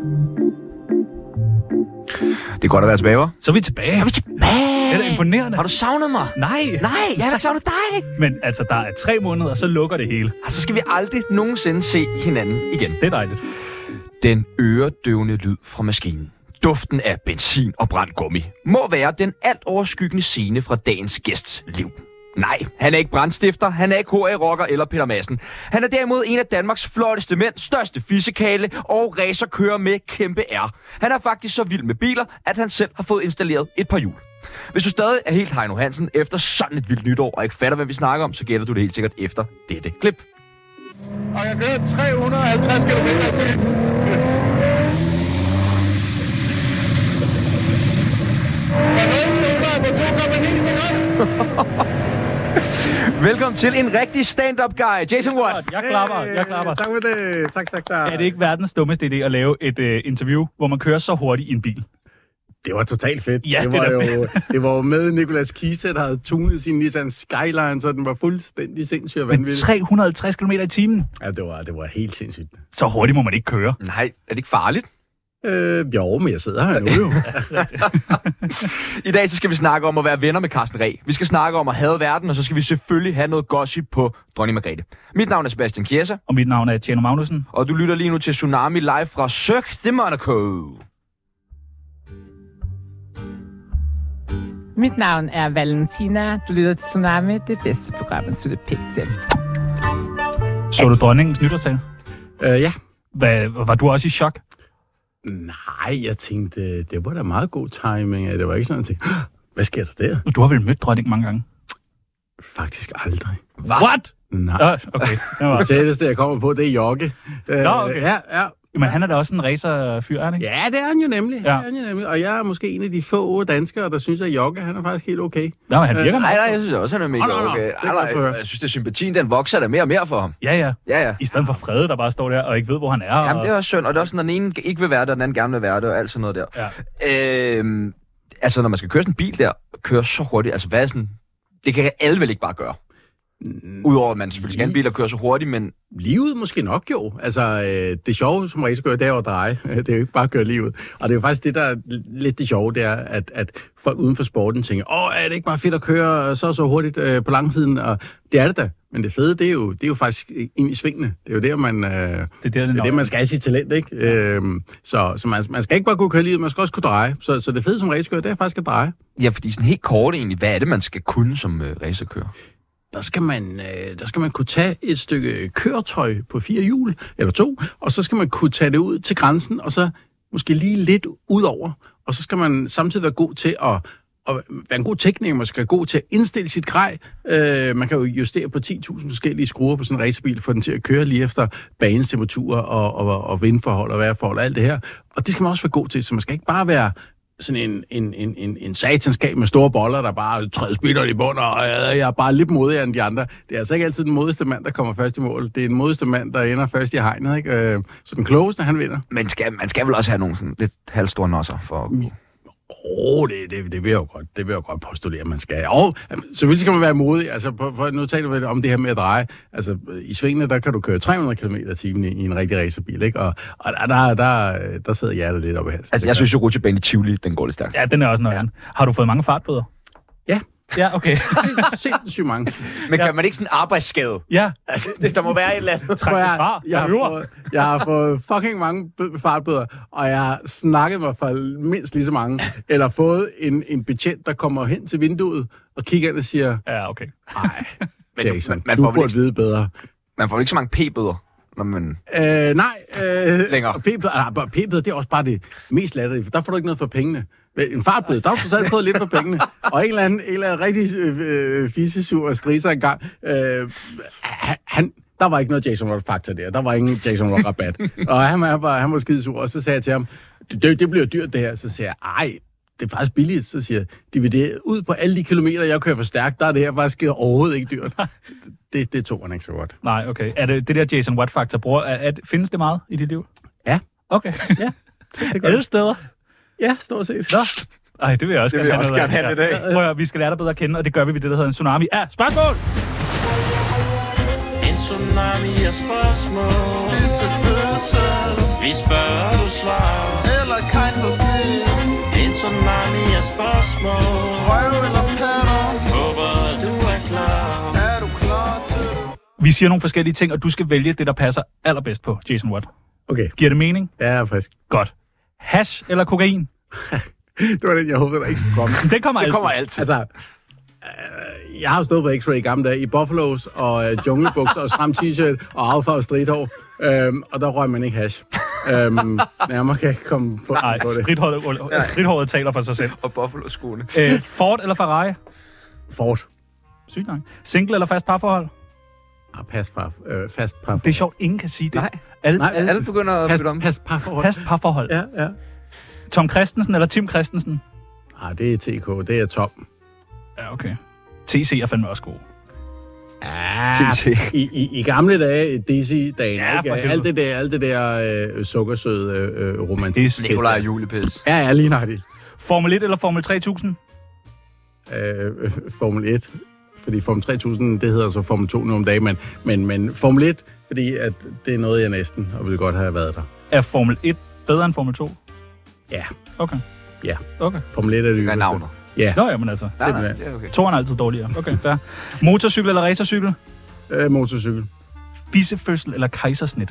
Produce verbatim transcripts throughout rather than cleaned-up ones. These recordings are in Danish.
Det er godt at være tilbage, hva'? Så er vi tilbage. Så er vi tilbage! Det er da imponerende. Har du savnet mig? Nej. Nej, jeg har ikke savnet dig! Men altså, der er tre måneder, og så lukker det hele. Altså, skal vi aldrig nogensinde se hinanden igen. Det er dejligt. Den øredøvende lyd fra maskinen. Duften af benzin og brændt gummi må være den alt overskyggende scene fra dagens gæsts liv. Nej, han er ikke brandstifter, han er ikke H A-rocker eller Peter Madsen. Han er derimod en af Danmarks flotteste mænd, største fissekale og racerkører med kæmpe R. Han er faktisk så vild med biler, at han selv har fået installeret et par hjul. Hvis du stadig er helt Heino Hansen efter sådan et vildt nytår og ikke fatter, hvad vi snakker om, så gætter du det helt sikkert efter dette klip. Og jeg kører tre hundrede og halvtreds kilometer i timen. Velkommen til en rigtig stand-up guy, Jason Watt. Jeg klapper, jeg klapper. Tak for det. Tak, tak, tak. Er det ikke verdens dummeste idé at lave et uh, interview, hvor man kører så hurtigt i en bil? Det var totalt fedt. Ja, det, det var er jo, det var jo med Nicolas Kise, der havde tunet sin Nissan Skyline, så den var fuldstændig sindssygt og vanvittig. tre hundrede og halvtreds kilometer i timen? Ja, det var, det var helt sindssygt. Så hurtigt må man ikke køre. Nej, er det ikke farligt? Øh, jo, men jeg sidder her nu jo. I dag så skal vi snakke om at være venner med Carsten Reh. Vi skal snakke om at hade verden, og så skal vi selvfølgelig have noget gossip på Dronning Margrethe. Mit navn er Sebastian Chiesa. Og mit navn er Tjerno Magnussen. Og du lytter lige nu til Tsunami live fra Cirque de Monaco. Mit navn er Valentina. Du lytter til Tsunami, det bedste program, at slutte pænt til. Så du dronningens nytårstale? øh, ja. Hvad, var du også i chok? Nej, jeg tænkte, det var da meget god timing. Det var ikke sådan, at jeg tænkte, hvad sker der der? Du har vel mødt dronningen mange gange? Faktisk aldrig. What? Nej. Ja, okay. Det var... Det tætteste, jeg kommer på, det er Jokke. Nå, okay. Ja, ja. Men han er da også en racerfyr, er han ikke? Ja, det er han jo nemlig. Ja. Det er han jo nemlig. Og jeg er måske en af de få danskere, der synes, at Jokke, han er faktisk helt okay. Nå, men han virker Nej, meget. nej, jeg synes også, han er mega Nå, nå, nå. okay. Det er Nej, godt at nej, høre. jeg synes, at sympatien, den vokser der mere og mere for ham. Ja, ja. Ja, ja. I stedet for Frede, der bare står der og ikke ved, hvor han er. Jamen, og... det er også synd, og det er også, når den ene ikke vil være det, og den anden gerne vil være det, og alt sådan noget der. Ja. Øhm, altså, når man skal køre sådan en bil der, og køre så hurtigt, altså hvad er sådan... Det kan alle vel ikke bare gøre. Udover at man selvfølgelig skal have en bil og køre så hurtigt, men... Livet måske nok jo. Altså, øh, det sjove som racerkører, det er jo at dreje. Det er jo ikke bare at køre livet. Og det er jo faktisk det, der er lidt det sjove, det er, at, at folk uden for sporten tænker, åh, er det ikke bare fedt at køre så så hurtigt øh, på langsiden? Og det er det da. Men det fede, det er jo, det er jo faktisk ind i svingene. Det er jo der, man, øh, det er det, det, er det, man skal have sit talent, ikke? Ja. Øhm, så så man, man skal ikke bare kunne køre livet, man skal også kunne dreje. Så, så det fede som racerkører, det er faktisk at dreje. Ja, fordi sådan helt kort egentlig, hvad er det, man skal kunne som øh, racerkører? Der skal, man, øh, der skal man kunne tage et stykke køretøj på fire hjul, eller to, og så skal man kunne tage det ud til grænsen, og så måske lige lidt ud over. Og så skal man samtidig være god til at, at være en god tekniker, man skal være god til at indstille sit grej. Øh, man kan jo justere på ti tusind forskellige skruer på sådan en racerbil, for den til at køre lige efter banens temperatur og, og, og vindforhold og vejrforhold og alt det her. Og det skal man også være god til, så man skal ikke bare være sådan en, en, en, en, en satanskab med store boller, der bare træder speederen i bund, og jeg er bare lidt modigere end de andre. Det er altså ikke altid den modigste mand, der kommer først i mål. Det er den modigste mand, der ender først i hegnet, ikke? Så den klogeste, han vinder. Men skal, man skal vel også have nogle sådan lidt halvstore nosser for at kunne... Åh, oh, det, det, det vil jeg jo godt, det vil jeg jo godt postulere, at man skal. Og selvfølgelig skal man være modig. Altså, på, på, nu taler vi om det her med at dreje. Altså, i svingene, der kan du køre tre hundrede kilometer i timen i, i en rigtig racerbil, ikke? Og, og der, der, der, der sidder hjertet lidt op i halsen. Altså, jeg synes jo, rutsjebanen i Tivoli, den går lidt stærkt. Ja, den er også noget andet. Har du fået mange fartbøder? Ja. Ja, okay. Sindssygt mange. Men kan man ikke sådan arbejdsskade? Ja. Altså, det, der må være et eller andet. Træk det fra. Jeg har, fået, jeg har fået fucking mange fartbøder, og jeg har snakket mig for mindst lige så mange, eller fået en, en betjent, der kommer hen til vinduet og kigger ind og siger, ja, okay. Nej, men Jason, man, man du får burde ikke, vide bedre. Man får ikke så mange p-bøder, når man... Øh, nej. Øh, Længere. P-bøder, p-bøder, det er også bare det mest latterlige, for der får du ikke noget for pengene. En fartbøde, der har du selv fået lidt for pengene. Og en eller anden, en eller anden rigtig øh, fissesur og striser engang. Øh, han, der var ikke noget Jason Rock-faktor der. Der var ingen Jason Rock-rabat. Og han, han, var, han var skidesur, og så sagde jeg til ham, det, det bliver dyrt det her. Så siger jeg, ej, det er faktisk billigt. Så siger jeg, divideret ud på alle de kilometer, jeg kører for stærkt, der er det her faktisk overhovedet ikke dyrt. Det, det tog han ikke så godt. Nej, okay. Er det det der Jason Watt-faktor, bror, er, er, findes det meget i dit liv? Ja. Okay. Ja. Det Alle steder? Ja, stort set. Nå. Ej, det vil jeg også det gerne vil jeg også gerne have i dag. Prøv at, vi skal lære dig bedre at kende, og det gør vi ved det, der hedder en tsunami af spørgsmål. En tsunami af spørgsmål. Vi spørger, du svarer. fire spørgsmål. Røv eller patter? Håber du er klar. Er du klar til det? Vi siger nogle forskellige ting, og du skal vælge det, der passer allerbedst på Jason Watt. Okay. Giver det mening? Ja, frisk. Godt. Hash eller kokain? Det var den, jeg håbede, der ikke skulle komme. Det kommer altid. Det kommer altid. Altså, øh, jeg har stået på X-Ray i gamle dage i Buffalos og øh, junglebukser og stram t-shirt og affarvet stridthår, øhm, og der røg man ikke hash. øhm, nærmere kan jeg ikke komme på, Nej, på det. stridthåret taler for sig selv. Og Buffalo-skoene. Øh, Ford eller Ferrari? Ford. Sygt nok. Single eller fast parforhold? Ah, pas par, øh, fast par. Det er sjovt, ingen kan sige det. Nej. Alle, Nej, alle, Alle begynder at Pas, bytte om. pas parforhold. fast parforhold. Ja, ja. Tom Christensen eller Tim Christensen? Ah, det er T K, det er Tom. Ja, okay. T C er fandme også god. Ja, T C. i, i, i gamle dage, D C-dagen, Ja, ikke? for helvede. Alt det der, alt det der øh, sukkersøde øh, romantik. Det er Nikolaj Julepis. Ja, ja, lige nøjagtigt. Formel et eller Formel tre tusind? Øh, Formel et, fordi Formel tre tusind, det hedder så Formel to nu om dagen, men, men, men Formel et, fordi at det er noget, jeg næsten, og vil godt have været der. Er Formel et bedre end Formel to? Ja, Okay. Ja. Okay. Formel et er det Hvad er yderste. navnet? Ja, Nå, jamen altså. Nej, nej, det det er okay. Toren er altid dårligere. Okay, der. Motorcykel eller racercykel? øh, motorcykel. Fissefødsel eller kejsersnit?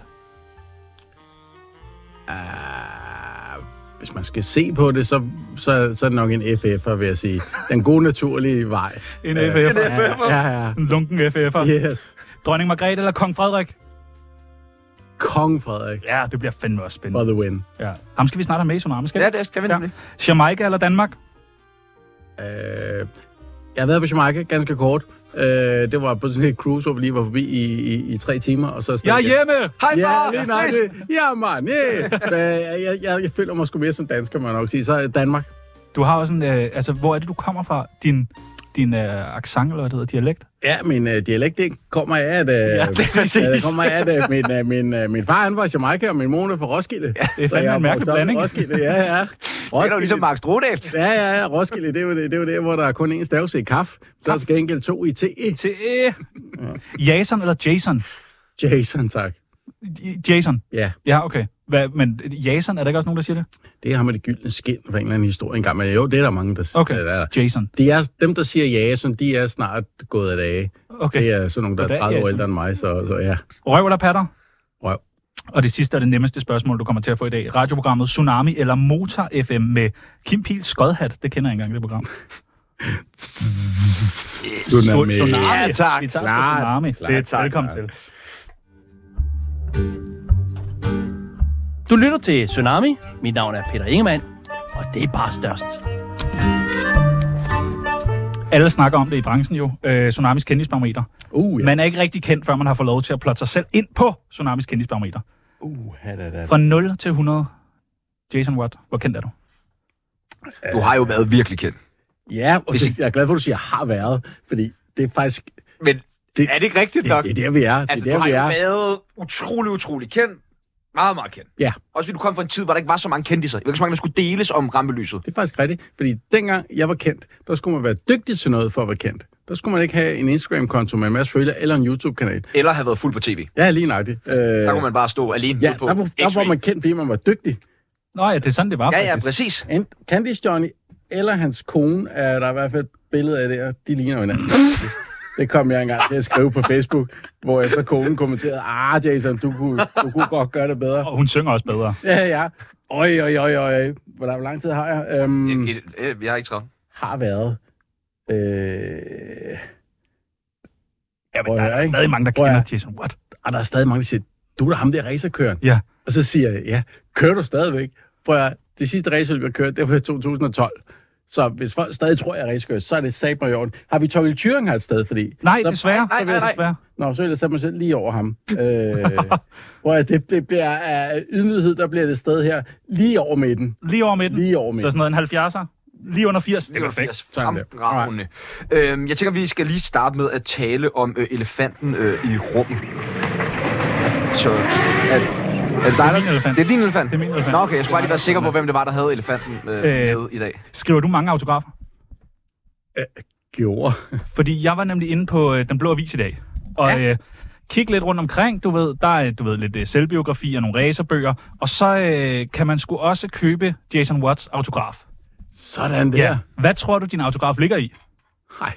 Uh, hvis man skal se på det, så, så, så er det nok en F F'er, vil jeg sige. Den gode naturlige vej. En Øh, F F'er. Ja, ja, ja. En lunken F F'er. Yes. Dronning Margrethe eller Kong Frederik? Kong Frederik Ja, det bliver fandme også for spændende. the win. Ja. Ham skal vi snart have med i Tsunami, skal vi? Ja, det skal vi nemlig. Jamaica eller Danmark? Uh, jeg har været på Jamaica ganske kort. Uh, det var på sådan et cruise, hvor vi lige var forbi i, i, i tre timer. Og så Jeg er hjemme! Hej, Ja, far! lige nej, det. Ja, man. Yeah. jeg, jeg, jeg, jeg føler mig sgu mere som dansker, må jeg nok sige. Så er Danmark. Du har også en... Øh, altså, hvor er det, du kommer fra? Din, din øh, accent, eller hvad det hedder, dialekt? Ja, min uh, dialekt, det kommer af, at, uh, Ja, præcis. det kommer af, at uh, min, uh, min, uh, min far, han var Jamaica, og min mor er fra Roskilde. Ja, Det er fandme en mærkelig blanding. Roskilde, ja, ja. Det er jo ligesom Mark Strodal. Ja, ja, ja. Roskilde, det er jo det, det er jo der, hvor der er kun én stavelse i kaf. Så er der gengæld to i T. Til øh. Jason eller Jason? Jason, tak. J- Jason? Ja, Ja, okay. Hvad, men Jason, er der ikke også nogen, der siger det? det er ham med det gyldne skin fra en eller anden historie engang. Men jo, det er der mange, der Okay, der er. Jason. De er, dem, der siger Jason, de er snart gået af dage. Okay. Det er sådan nogle, der er Goddag, tredive år Jason. ældre end mig, så, så ja. Røv eller patter? Røv. Og det sidste er det nemmeste spørgsmål, du kommer til at få i dag. Radioprogrammet Tsunami eller Motor F M med Kim Pihl Skodhat. Det kender jeg engang, det program. Tsunami. Tsunami. Ja, tak. Vi tager sgu Klart, Tsunami. klart, Det er tak, velkommen klart. til. Du lytter til Tsunami. Mit navn er Peter Ingemann, og det er bare størst. Alle snakker om det i branchen jo. Øh, Tsunamis kendisbarometer. Uh, ja. Man er ikke rigtig kendt, før man har fået lov til at plotte sig selv ind på Tsunamis kendisbarometer. Uh, da, da, da. Fra nul til hundrede. Jason Watt, hvor kendt er du? Du har jo været virkelig kendt. Ja, og Hvis det, I- jeg er glad for, at du siger har været, fordi det er faktisk... Men Det- er det ikke rigtigt Det, nok? det er der, vi er. Det Altså, er du der, har vi jo er. været utrolig, utrolig kendt. Meget, meget kendt. Ja. Også fordi du kom fra en tid, hvor der ikke var så mange kendiser. Der var ikke så mange, der skulle deles om rampelyset. Det er faktisk rigtigt, fordi dengang jeg var kendt, der skulle man være dygtig til noget for at være kendt. Der skulle man ikke have en Instagram-konto med en masse følgere eller en YouTube-kanal. Eller have været fuld på tv. Ja, lige nøjagtigt. Øh, Der kunne man bare stå alene ja, ude på der, var, der var man kendt, fordi man var dygtig. Nå ja, det er sådan, det var Ja, ja, faktisk. præcis. En Candice Johnny eller hans kone, er der i hvert fald et billede af det her. De ligner jo hinanden. Det kom jeg engang til at skrive på Facebook, hvor efter konen kommenterede, ah Jason, du kunne, du kunne godt gøre det bedre. Og hun synger også bedre. Ja, ja. Øj, øj, øj, øj. Hvor hvor lang tid har jeg? Øhm, Jeg, jeg, jeg har ikke travlt. har været. Øh, Ja, men Prøv der at er høre, ikke? stadig mange, der Prøv at kender høre. Jason Watt. og der er stadig mange, der siger, du er da ham der racerkøren. Ja. Og så siger jeg, ja, kører du stadigvæk? For jeg, det sidste racerløb, jeg kørte, det var i to tusind og tolv. Så hvis folk stadig tror, jeg er racerkører, så er det sat mig i orden. Har vi Torgild Thuring her et sted? Fordi, Nej, så, desværre. nej, nej, nej. Desværre. Nå, så vil jeg sætte mig selv lige over ham. øh, hvor jeg, det, det bliver af ydmyghed, der bliver det sted her lige over midten. Lige over midten. Lige over Så midten. sådan noget en halvfjerdser. Lige under firs. Det går perfekt. Sådan der. Fremragende. Øhm, jeg tænker, vi skal lige starte med at tale om øh, elefanten øh, i rummet. Så er, er det dig, min elefant. Det er din elefant? Det er min elefant. Nå, okay, jeg skulle bare lige være sikker på, hvem det var, der havde elefanten øh, Øh. med i dag. Skriver du mange autografer? Gjorde. Fordi jeg var nemlig inde på øh, Den Blå Avis i dag. Og Ja. øh, kig lidt rundt omkring. Du ved, der er du ved, lidt øh, selvbiografi og nogle racerbøger. Og så øh, kan man sgu også købe Jason Watts autograf. Sådan der. Ja. Hvad tror du, din autograf ligger i? Hej.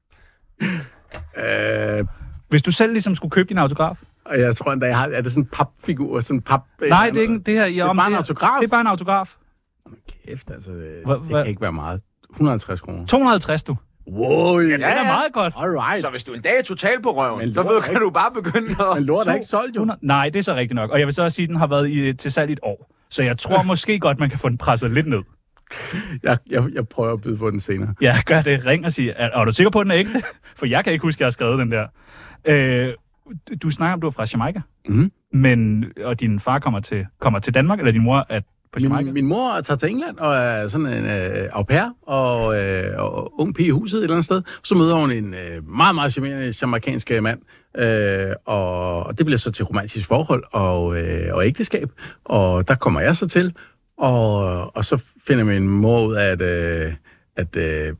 Øh, Hvis du selv ligesom skulle købe din autograf? og jeg tror endda, jeg har... Er det sådan en papfigur? Sådan en pap... Nej, det er ikke det her. Det er bare en autograf? Det er bare en autograf. Kæft, altså. Det Hva, hva? kan ikke være meget. et hundrede og halvtreds kroner. to hundrede og halvtreds, du. Wow, ja, Det er da meget godt. Alright. Så hvis du en dag er totalt på røven, Men så lort ved, er kan ikke- du bare begynde at... Men lort er ikke solgt, jo. hundrede Nej, det er så rigtigt nok. Og jeg vil så også sige, at den har været i, til salg i et år. Så jeg tror måske godt, man kan få den presset lidt ned. Jeg, jeg, jeg prøver at byde på den senere. Ja, gør det. Ring og sig, er, er du sikker på, at den er ægte? For jeg kan ikke huske, at jeg har skrevet den der. Øh, du snakker om, du er fra Jamaica. Mhm. Men, og din far kommer til, kommer til Danmark, eller din mor er på Jamaica? Min, min mor tager til England og er sådan en øh, au pair og, øh, og ung pige i huset et eller andet sted. Så møder hun en øh, meget, meget charmerende jamaikansk mand. Øh, og, og det bliver så til romantisk forhold og, øh, og ægteskab. Og der kommer jeg så til. Og, og så finder min mor ud af, at, øh, at øh,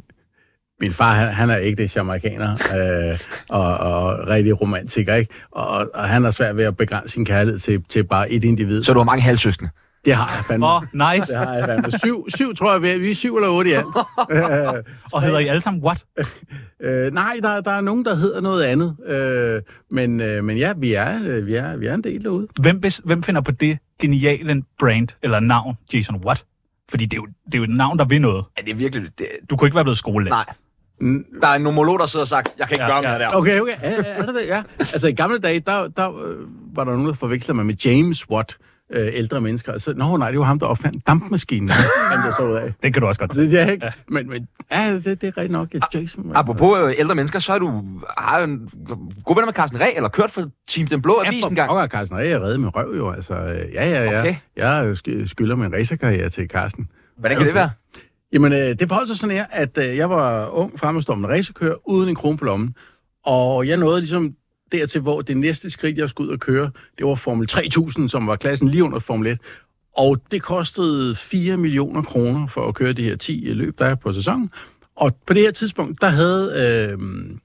min far, han, han er ægte jamaikaner øh, og, og rigtig romantiker, ikke? Og, og han har svært ved at begrænse sin kærlighed til, til bare et individ. Så du har mange halvsøskende. Det har jeg fandme. Åh, oh, nice. Det har jeg fandme. Syv, syv tror jeg, vi er, vi er syv eller otte i alt. øh, Og hedder I alle sammen what? øh, nej, der, der er nogen, der hedder noget andet. Øh, men, øh, men ja, vi er, øh, vi, er, vi er en del derude. Hvem, bes, hvem finder på det geniale brand eller navn, Jason What? Fordi det er jo, det er jo et navn, der vil noget. Ja, det er virkelig... Det, Du kunne ikke være blevet skolelærer. nej. Der er en nomolog, der sidder og sagt, jeg kan ikke Ja, gøre ja. mere der. Okay, okay. Er, er det det? Ja. Altså i gamle dage, der, der øh, var der nogen, der forvekslede mig med James Watt, øh, ældre mennesker. Og så, nå nej, det var ham, der opfandt dampmaskinen. fandt jeg så ud af. Det kan du også godt. Det, det er ikke. Ja. Men, men ja, det, det er rigtigt nok. Jason Watt. Apropos øh, ældre mennesker, så er du har en god venner med Carsten Reh, eller kørt for Team Den Blå Avis en gang. Ja, for Carsten Reh er reddet med røv jo. Altså, øh, ja, ja, ja. Okay. Jeg sk- skylder min racerkarriere til Carsten. Hvordan kan det være? Jamen, øh, det forholdt sig sådan her, at øh, jeg var ung, fremadstormende racerkører, uden en krone på lommen. Og jeg nåede ligesom dertil, hvor det næste skridt, jeg skulle ud og køre, det var Formel tre tusind, som var klassen lige under Formel et. Og det kostede fire millioner kroner for at køre de her ti løb, der er på sæsonen. Og på det her tidspunkt, der havde, øh,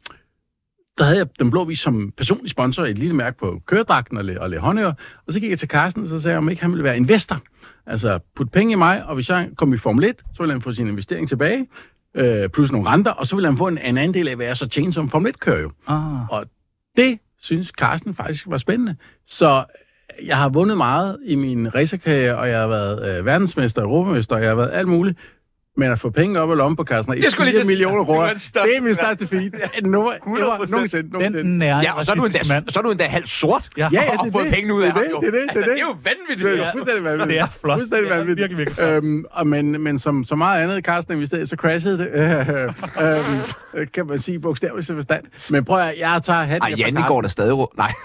der havde jeg Den Blå Avis som personlig sponsor, et lille mærke på køredragten og lidt, og lidt håndører. Og så gik jeg til Carsten, og så sagde jeg, om ikke han ville være investor. Altså, put penge i mig, og hvis jeg kom i Formel et, så ville han få sin investering tilbage, øh, plus nogle renter, og så ville han få en, en anden del af, hvad jeg så tjene som Formel et-kører jo. Ah. Og det synes Carsten faktisk var spændende. Så jeg har vundet meget i min racerkarriere, og jeg har været øh, verdensmester, europamester, og jeg har været alt muligt. Men at få penge op i lommen på Carsten Reh, Det skulle lige fire millioner kroner, det var en største- det er min største feat. Nummer, hundrede ever, procent. nogensinde, nogensinde. Den nære Ja, og så er du endda, mand. så er du endda halvt sort. Ja. Ja, ja, og det er fået det. pengene ud Det af er ham, det, jo. det er det, Altså, det er det er jo vanvittigt. Det jo. er fuldstændig vanvittigt. Det er flot. Fuldstændig Det er vanvittigt. virkelig, virkelig flot. Øhm, og men, men som så meget andet, Carsten investerede, så crashede det. øhm, kan man sige bogstaveligt forstand. Men prøv at jeg tager hatten Ej, af for Janne går der stadig rundt. Nej.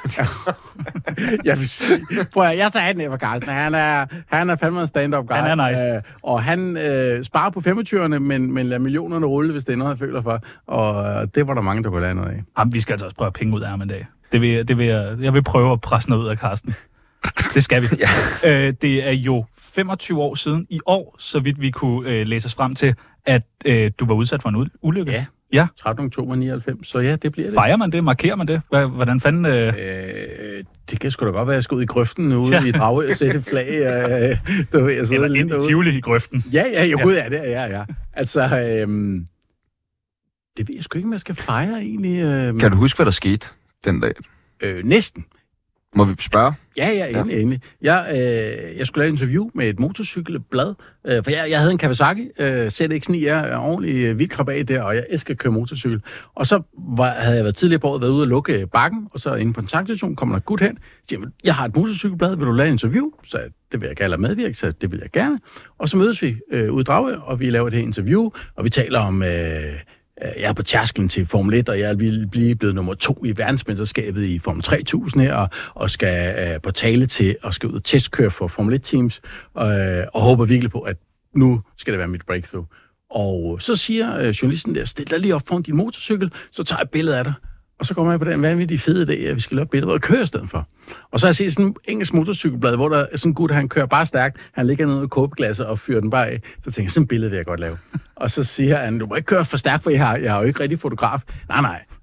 Jeg vil sige, prøv at jeg tager hatten af for Carsten. Han er, han er fandme en stand-up guy. Han er nice. Øh, og han øh, sparer på femogtyverne, men, men lader millionerne rulle, hvis det er noget, han føler for. Og det var der mange, der kunne lære noget af. Jamen, vi skal altså også prøve at penge ud af ham en dag. Det vil, det vil jeg, jeg vil prøve at presse noget ud af Carsten. Det skal vi. ja. øh, det er jo femogtyve år siden i år, så vidt vi kunne øh, læse os frem til, at øh, du var udsat for en ulykke. Ja. Ja. trettende oktober nioghalvfems, så ja, det bliver det. Fejrer man det? Markerer man det? Hvordan fanden... Øh... Øh, det kan sgu da godt være, at jeg skal ud i grøften ude ja. i Dragø og sætte flag. Øh, du ved, jeg sidder Eller lidt ind i derude. Tivoli i grøften. Ja, ja, jo, Ja. gud, ja, det er ja, ja. Altså, øhm, det ved jeg sgu ikke, om jeg skal fejre egentlig. Øhm, Kan du huske, hvad der skete den dag? øh, næsten. Må vi spørge? Ja, ja, endelig, ja. endelig. Jeg, øh, jeg skulle lave et interview med et motorcykelblad, øh, for jeg, jeg havde en Kawasaki, øh, Z X ni R, ordentlig øh, vild krabat der, og jeg elsker at køre motorcykel. Og så var, havde jeg været tidligere på året været ude og lukke bakken, og så inde på en tankstation kommer der et gut hen, siger, jeg har et motorcykelblad, vil du lave et interview? Så det vil jeg gerne medvirke, så det vil jeg gerne. Og så mødes vi øh, ude i Dragø, og vi laver det her interview, og vi taler om... Øh, Jeg er på tærsklen til Formel et, og jeg vil blive blevet nummer to i verdensmesterskabet i Formel tre tusind her, og, og skal øh, på tale til og skal ud og testkøre for Formel et-teams, øh, og håber virkelig på, at nu skal det være mit breakthrough. Og så siger øh, journalisten der, stil dig lige op foran din motorcykel, så tager jeg et billede af dig. Og så kommer jeg på den vanvittige fede idé, at vi skal lave billeder og køre i stedet for. Og så har jeg set sådan en engelsk motorcykelblad, hvor der er sådan en gut, han kører bare stærkt. Han ligger nede med kåbeglasset og fyrer den bare af. Så tænker jeg, sådan et billede vil jeg godt lave. Og så siger han, du må ikke køre for stærkt, for jeg har, jeg har jo ikke rigtig fotograf. Nej, nej.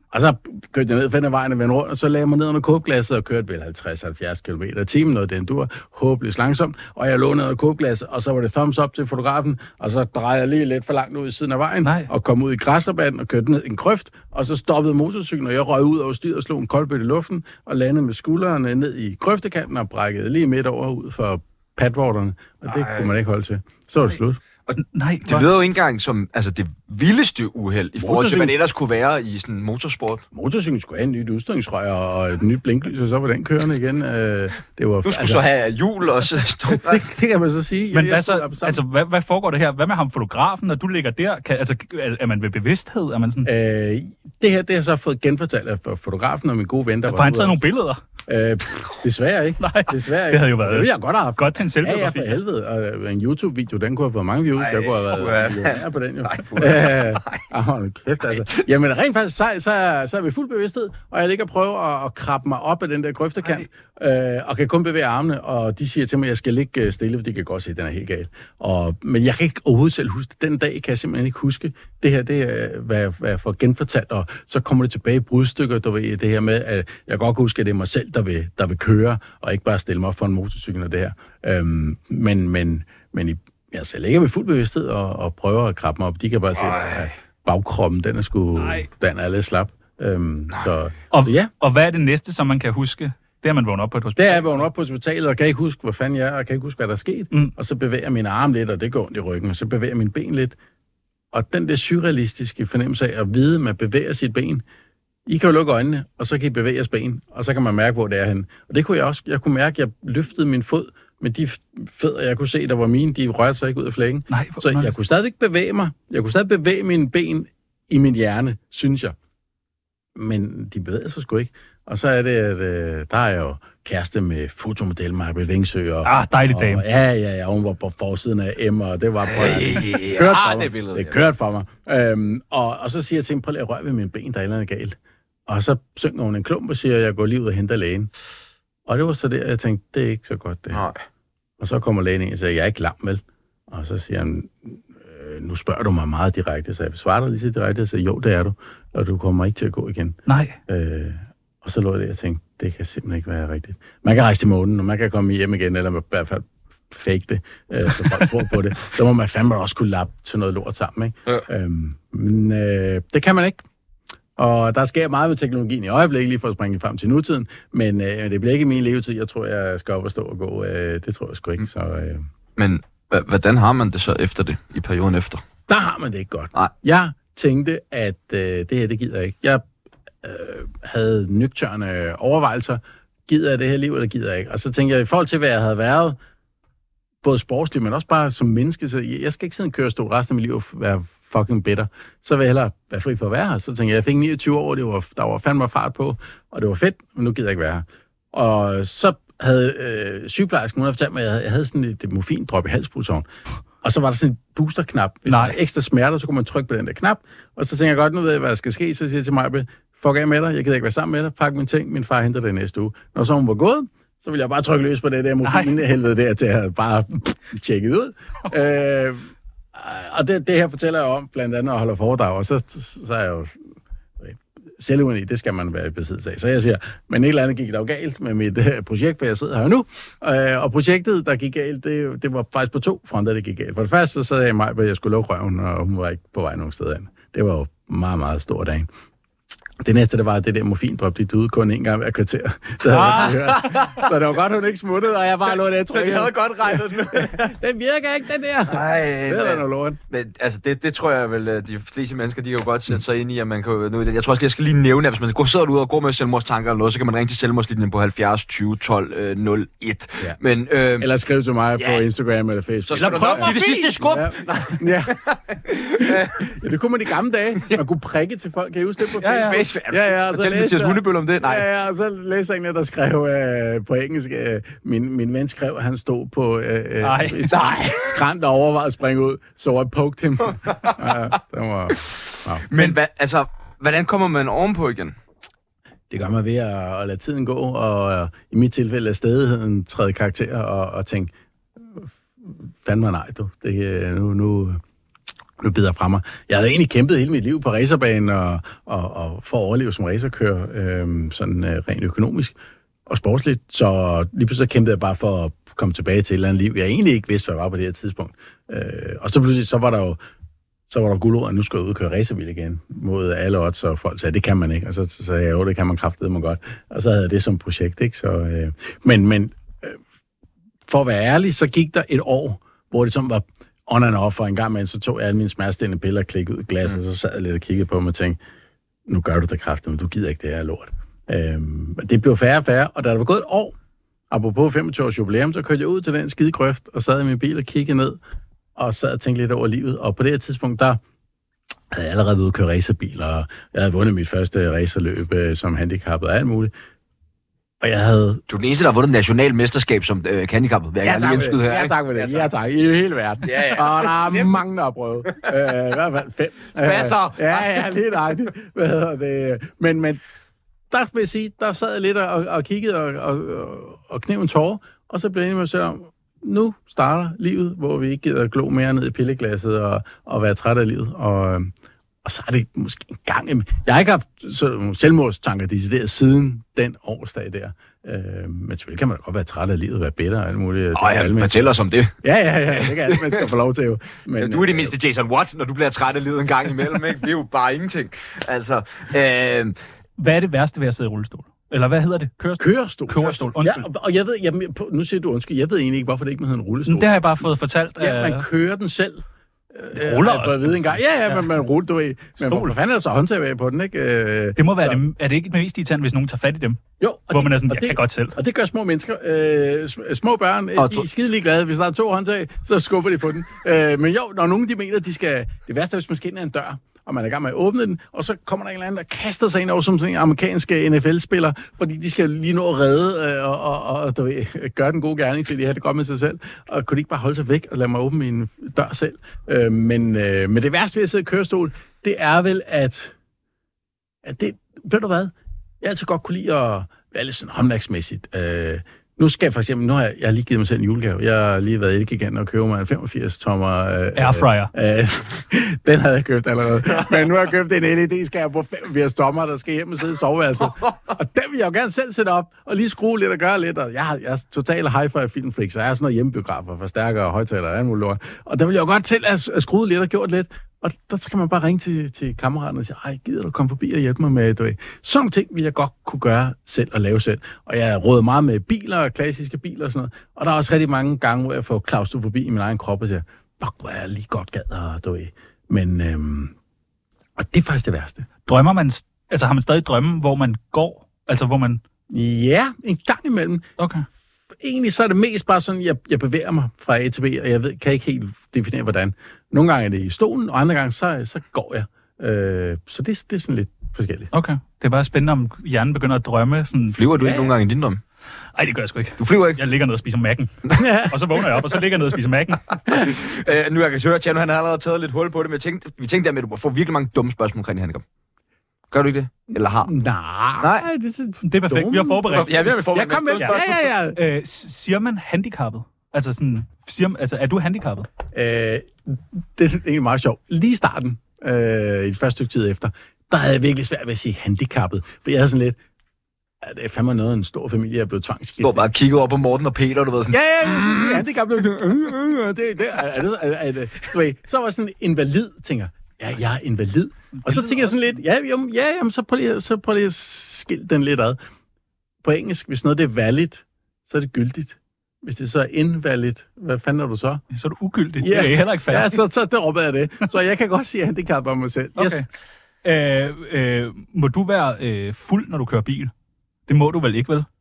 Og så kørte jeg ned for den vejen og vendte rundt, og så lagde jeg mig ned under kåbeglasset og kørte vel halvtreds til halvfjerds kilometer i timen, noget den dur, håbløst langsomt, og jeg lå ned under kåbeglasset, og så var det thumbs up til fotografen, og så drejede jeg lige lidt for langt ud i siden af vejen, Nej. og kom ud i græsrabatten og kørte ned i en grøft, og så stoppede motorcyklen, og jeg røg ud over styret og slog en koldbøtte i luften, og landede med skuldrene ned i grøftekanten og brækkede lige midt over ud for padwaterne, og det Ej. kunne man ikke holde til. Så var det slut. Og, nej, Det lyder jo ikke engang som altså, det vildeste uheld i forhold til, hvad det ellers kunne være i sådan motorsport. Motorcyklen skulle have en nyt udstødningsrør og et nyt blinklys, og så var den kørende igen. Øh, det var, Du skulle altså, så have hjul og så stå det, det kan man så sige. Men Jeg- hvad, jeg så, skulle altså, hvad, hvad foregår det her? Hvad med ham fotografen, når du ligger der? Kan, altså, er, er man ved bevidsthed? Er man sådan, Øh, det her, det har jeg så fået genfortalt af fotografen og min gode ven, der får var han ude taget og- nogle billeder? Øh, desværre ikke. Nej, Desværre ikke. det havde jo været Det ville jeg godt have haft. godt til en Ja, ja, selvbiografi. for helvede. Og en YouTube-video, den kunne have fået mange views. Ej, jeg kunne have været uha. millionær på den jo. Nej, Øh, hold kæft, altså. Jamen rent faktisk, så, så, er, så er vi fuld bevidsthed, og jeg ligger og prøver at, at krabbe mig op af den der grøftekant, øh, og kan kun bevæge armene, og de siger til mig, at jeg skal ligge stille, for de kan godt se, at den er helt gal. Og, men jeg kan ikke overhovedet selv huske det. Den dag kan jeg simpelthen ikke huske. Det her, det er, hvad, jeg- hvad jeg får genfortalt, og så kommer det tilbage i brudstykker, du ved, det her med, at jeg godt kan huske, at det er mig selv, der vil, der vil køre, og ikke bare stille mig op for en motorcykel og det her. Øhm, men, men, men i, jeg selv ligger med fuld bevidsthed og, og prøver at krabbe mig op. De kan bare se, at bagkroppen, den er sgu, Ej. den er lidt slap. Øhm, så, Og, så ja, og hvad er det næste, som man kan huske? Det er, man vågner op på et der hospital. er jeg vågnet op på hospitalet, og kan ikke huske, hvor fanden jeg er, og kan ikke huske, hvad der er sket. Mm. Og så bevæger jeg mine arme lidt, og det går ondt i ryggen, og så bevæger jeg mine ben lidt. Og den der surrealistiske fornemmelse af at vide, at man bevæger sit ben. I kan jo lukke øjnene, og så kan I bevæge jeres ben, og så kan man mærke, hvor det er henne. Og det kunne jeg også. Jeg kunne mærke, at jeg løftede min fod med de fødder, jeg kunne se, der var mine. De rørte sig ikke ud af flækken. Nej, hvor Så jeg underligt. kunne stadigvæk bevæge mig. Jeg kunne stadig bevæge mine ben i min hjerne, synes jeg. Men de bevægede sig sgu ikke. Og så er det, at øh, der er jo kæreste med fotomodel Maja Vingsø. Og, Ah, dejlig dame. og, ja, ja, ja, hun var på forsiden af Emma, og det var på... Hey, kørt ah, for mig. det billede. Det kørte for mig. Øhm, og, og så siger jeg til hende, prøv lige at røre ved mine ben, der er et eller andet galt. Og så synger hun en klump og siger, at jeg går lige ud og henter lægen. Og det var så der, jeg tænkte, det er ikke så godt det. Nej. Og så kommer lægen ind og siger, jeg er ikke lam, vel? Og så siger han, øh, nu spørger du mig meget direkte. Så jeg svarer dig lige så direkte og siger, jo, det er du. Og du kommer ikke til at gå igen. Nej. Øh, og så lå jeg der og tænkte, det kan simpelthen ikke være rigtigt. Man kan rejse til månen, og man kan komme hjem igen, eller i hvert fald fake det, øh, så folk tror på det. Så må man fandme også kunne lappe til noget lort sammen, ikke? Ja. Øhm, men øh, det kan man ikke. Og der sker meget med teknologien i øjeblikket, lige for at springe frem til nutiden, men øh, det bliver ikke i min levetid. Jeg tror, jeg skal op og stå og gå. Øh, det tror jeg sgu ikke. Så, øh, Men h- hvordan har man det så efter det, i perioden efter? der har man det ikke godt. Nej. Jeg tænkte, at øh, det her, det gider jeg ikke. Jeg øh, havde nøgtørne overvejelser. Gider jeg det her liv, eller gider jeg ikke? Og så tænkte jeg, i forhold til, hvad jeg havde været, både sportsligt, men også bare som menneske, så jeg skal ikke sidde og køre stå resten af mit liv og være fucking bitter. Så vil jeg hellere være fri for at være her. Så tænkte jeg, jeg fik niogtyve år, det var, der var fandme fart på, og det var fedt, men nu gider jeg ikke være her. Og så havde øh, sygeplejersken, hun havde fortalt mig, at jeg havde, jeg havde sådan et morfindrop i halspulsåren. Og så var der sådan en boosterknap. Hvis Nej. man havde ekstra smerter, så kunne man trykke på den der knap. Og så tænker jeg godt, nu ved jeg, hvad der skal ske. Så siger jeg til mig, fuck af med dig, jeg gider ikke være sammen med dig, pak mine ting, min far henter det næste uge. Når så hun var gået, så ville jeg bare trykke løs på det der morfin helvede der, til at bare tjekke ud. øh, og det, det her fortæller jeg om, blandt andet at holde foredrag, og så, så er jeg jo selvudeni, det skal man være i besiddelse af. Så jeg siger, men et eller andet gik der jo galt med mit uh, projekt, for jeg sidder her nu. Uh, og projektet, der gik galt, det, det var faktisk på to fronter, det gik galt. For det første, så sagde jeg mig, at jeg skulle lukke røven, og hun var ikke på vej nogen steder hen. Det var jo meget, meget stor dag. Det næste, det var, at det der morfindrop, de døde kun en gang hver kvarter. Så, ah. så det var godt, hun ikke smuttede, og jeg bare lå der. Så vi havde godt regnet den. Den virker ikke, den der. Nej, Det er noget lort. Men altså, det, det tror jeg vel, øh, de fleste mennesker, de kan jo godt sætte sig ind i, at man kan jo, nu, jeg tror også, jeg skal lige nævne, at hvis man går sidder ud og går med selvmordstanker eller noget, så kan man ringe til selvmordslinjen på halvfjerds tyve tolv nul et. Ja. Men, øh, Eller skriv til mig Ja. på Instagram eller Facebook. så skal Eller du prøv nok give det sidste skub. Ja. Ja. ja, det kunne man i gamle dage. Man kunne prikke til folk. Kan I huske det på Ja, ja. Facebook? Ja, ja. og så Fortæl læste Mathias jeg- Hundebøl om det. Nej. Ja, ja, og så læste jeg en, der skrev øh, på engelsk. Øh, min, min ven skrev, at han stod på øh, Nej. øh, skrant og overvejede at springe ud. Så I poked him. ja, det var... Wow. Men hvad, altså, hvordan kommer man ovenpå igen? Det gør man ved at, at lade tiden gå, og øh, i mit tilfælde er stedigheden træde karakter, og, og tænke, fandme nej, du. Det, øh, nu, nu, nu bider fra mig. Jeg havde egentlig kæmpet hele mit liv på racerbanen og, og, og for at overleve som racerkører, øh, sådan øh, rent økonomisk og sportsligt. Så lige pludselig kæmpede jeg bare for at komme tilbage til et eller andet liv, jeg egentlig ikke vidste, hvad jeg var på det her tidspunkt. Øh, og så pludselig, så var der jo så var der guldord, at nu skal jeg ud og køre racerbil igen mod alle odds, og folk sagde, det kan man ikke. Og så sagde jeg, jo, det kan man kraftedeme godt. Og så havde jeg det som projekt, ikke? Så, øh, men men øh, for at være ærlig, så gik der et år, hvor det sådan var on and off, og en gang med, så tog jeg alle mine smertestillende piller og klikkede ud i glas, mm. og så sad jeg lidt og kiggede på mig og tænkte, nu gør du det kraftedeme, men du gider ikke det her lort. Øh, det blev færre og færre, og da der var gået et år, apropos femogtyve års jubilæum, så kørte jeg ud til den skide grøft, og sad i min bil og kiggede ned, og sad og tænkte lidt over livet. Og på det her tidspunkt, der havde jeg allerede været ude at køre racerbil, og jeg havde vundet mit første racerløb øh, som handicappet og alt muligt. Og jeg havde... Du er den eneste, der har vundet national mesterskab som øh, handicappet. Ja, tak for det. Ja, tak for det. Ja, tak. I hele verden. Ja, ja. Og der er mange, der har prøvet. Øh, I hvert fald fem. Spasser! Øh, ja, ja, lidt nøjagtigt. Hvad hedder det? Men, men der vil jeg sige, der sad jeg lidt og, og kiggede og, og, og, og knev en tårer, og så blev jeg enig med mig selv om, nu starter livet, hvor vi ikke gider at glo mere ned i pilleglasset og, og være træt af livet. Og, og så er det måske en gang... Jeg har ikke haft så, selvmordstanker decideret siden den årsdag der. Øh, men selvfølgelig kan man godt være træt af livet og være bitter og alt muligt. Åh oh, ja, fortæl os om det. Ja, ja, ja, det kan alle mennesker få lov til jo. Men, ja, du er det mindste Jason Watt, når du bliver træt af livet en gang imellem, ikke? Det er jo bare ingenting. Altså, øh... Hvad er det værste ved at sidde i rullestol? Eller hvad hedder det? Kørestol? Kørestol. Kørestol, undskyld. Ja, og, og jeg ved, jeg, nu siger du undskyld, jeg ved egentlig ikke, hvorfor det ikke hedder en rullestol. Det har jeg bare fået fortalt. Ja, man kører den selv. Det ruller øh, også. At vide en gang. Ja, ja, men man ruller, du ved. Men hvor fanden er der så håndtag af på den, ikke? Øh, det må være det. Er det ikke mest irriterende, hvis nogen tager fat i dem? Jo. Hvor man er sådan, jeg det, kan godt selv. Og det gør små mennesker. Øh, små børn, og de er skidelig glade. Hvis der er to håndtag, så skubber de på den. Øh, men jo, når nogen de mener, de skal... Det værste er, hvis man skal ind ad en dør, og man er i gang med at åbne den, og så kommer der en eller anden, der kaster sig ind over som sådan en amerikanske N F L-spiller, fordi de skal lige nå at redde øh, og, og, og du ved, gøre den gode gerning, til de har det godt med sig selv. Og kunne de ikke bare holde sig væk og lade mig åbne min dør selv? Øh, men, øh, men det værste ved at sidde i kørestol, det er vel, at, at det... Ved du hvad? Jeg altid godt kunne lide at være lidt sådan håndværksmæssigt. Øh, Nu skal jeg for eksempel, nu har jeg, jeg har lige givet mig selv en julegave. Jeg har lige været Elgiganten og købt mig en femogfirs tommer... Øh, Airfryer. Øh, øh, den havde jeg købt allerede. Men nu har jeg købt en L E D-skærm på femogfirs tommer, der skal hjem og sidde i soveværelset. Og den vil jeg jo gerne selv sætte op, og lige skrue lidt og gøre lidt. Og jeg, har, jeg er total hi-fi filmfreak, så jeg er sådan noget hjemmebiografer, forstærker og højtaler og alt muligt lort. Og der vil jeg jo godt til at, at skrue lidt og gjort lidt. Og der skal man bare ringe til, til kammeraten og sige, ej, gider du komme forbi og hjælpe mig med, du ved. Sådan nogle ting vil jeg godt kunne gøre selv og lave selv. Og jeg råder meget med biler, klassiske biler og sådan noget. Og der er også rigtig mange gange, hvor jeg får klaustrofobi i min egen krop og siger, fuck, hvor er jeg lige godt gad, og du ved. Men, øhm, og det er faktisk det værste. Drømmer man, altså har man stadig drømme, hvor man går? Altså hvor man... Ja, en gang imellem. Okay. Egentlig så er det mest bare sådan, jeg, jeg bevæger mig fra A til B, og jeg ved, kan ikke helt definere, hvordan. Nogle gange er det i stolen, og andre gange, så, så går jeg. Øh, så det, det er sådan lidt forskelligt. Okay. Det er bare spændende, om hjernen begynder at drømme. Sådan... Flyver du ikke ja. nogle gange i din drøm? Nej, det gør jeg sgu ikke. Du flyver ikke? Jeg ligger ned og spiser Mac'en. Og så vågner jeg op, og så ligger jeg ned og spiser Mac'en. øh, nu jeg kan høre, at Tjerno, han har allerede taget lidt hul på det, men jeg tænkte, vi tænkte dermed, at du får virkelig mange dumme spørgsmål omkring det handicap. Gør du ikke det? Eller har? Nej. Nej. Det, det er perfekt. Vi har forberedt. Ja, vi har forberedt. Jeg kom med. Ja, ja, ja. Øh, siger man handicappet? Altså sådan, siger, altså, er du handicappet? Øh, det er egentlig meget sjovt. Lige i starten, øh, i det første stykke tid efter, der havde jeg virkelig svært ved at sige handicappet. For jeg havde sådan lidt, ja, det er fandme noget, en stor familie, jeg er blevet tvangsskiftet. Du bare kigget over på Morten og Peter, du ved sådan. Ja, ja, ja, handicappet. Det, det, er det, er det, du ved, så var jeg sådan invalid, tænker ja, jeg er invalid. Og så tænker jeg sådan lidt, ja, jamen, ja jamen, så prøv lige, så prøv lige at skille den lidt ad. På engelsk, hvis noget det er valid, så er det gyldigt. Hvis det så er invalid, hvad fanden er du så? Så er du ugyldigt. Ja, det er heller ikke færdigt. Ja, så, så der råber jeg det. Så jeg kan godt sige handicap om mig selv. Okay. Yes. Øh, øh, må du være øh, fuld, når du kører bil? Det må du vel ikke, vel?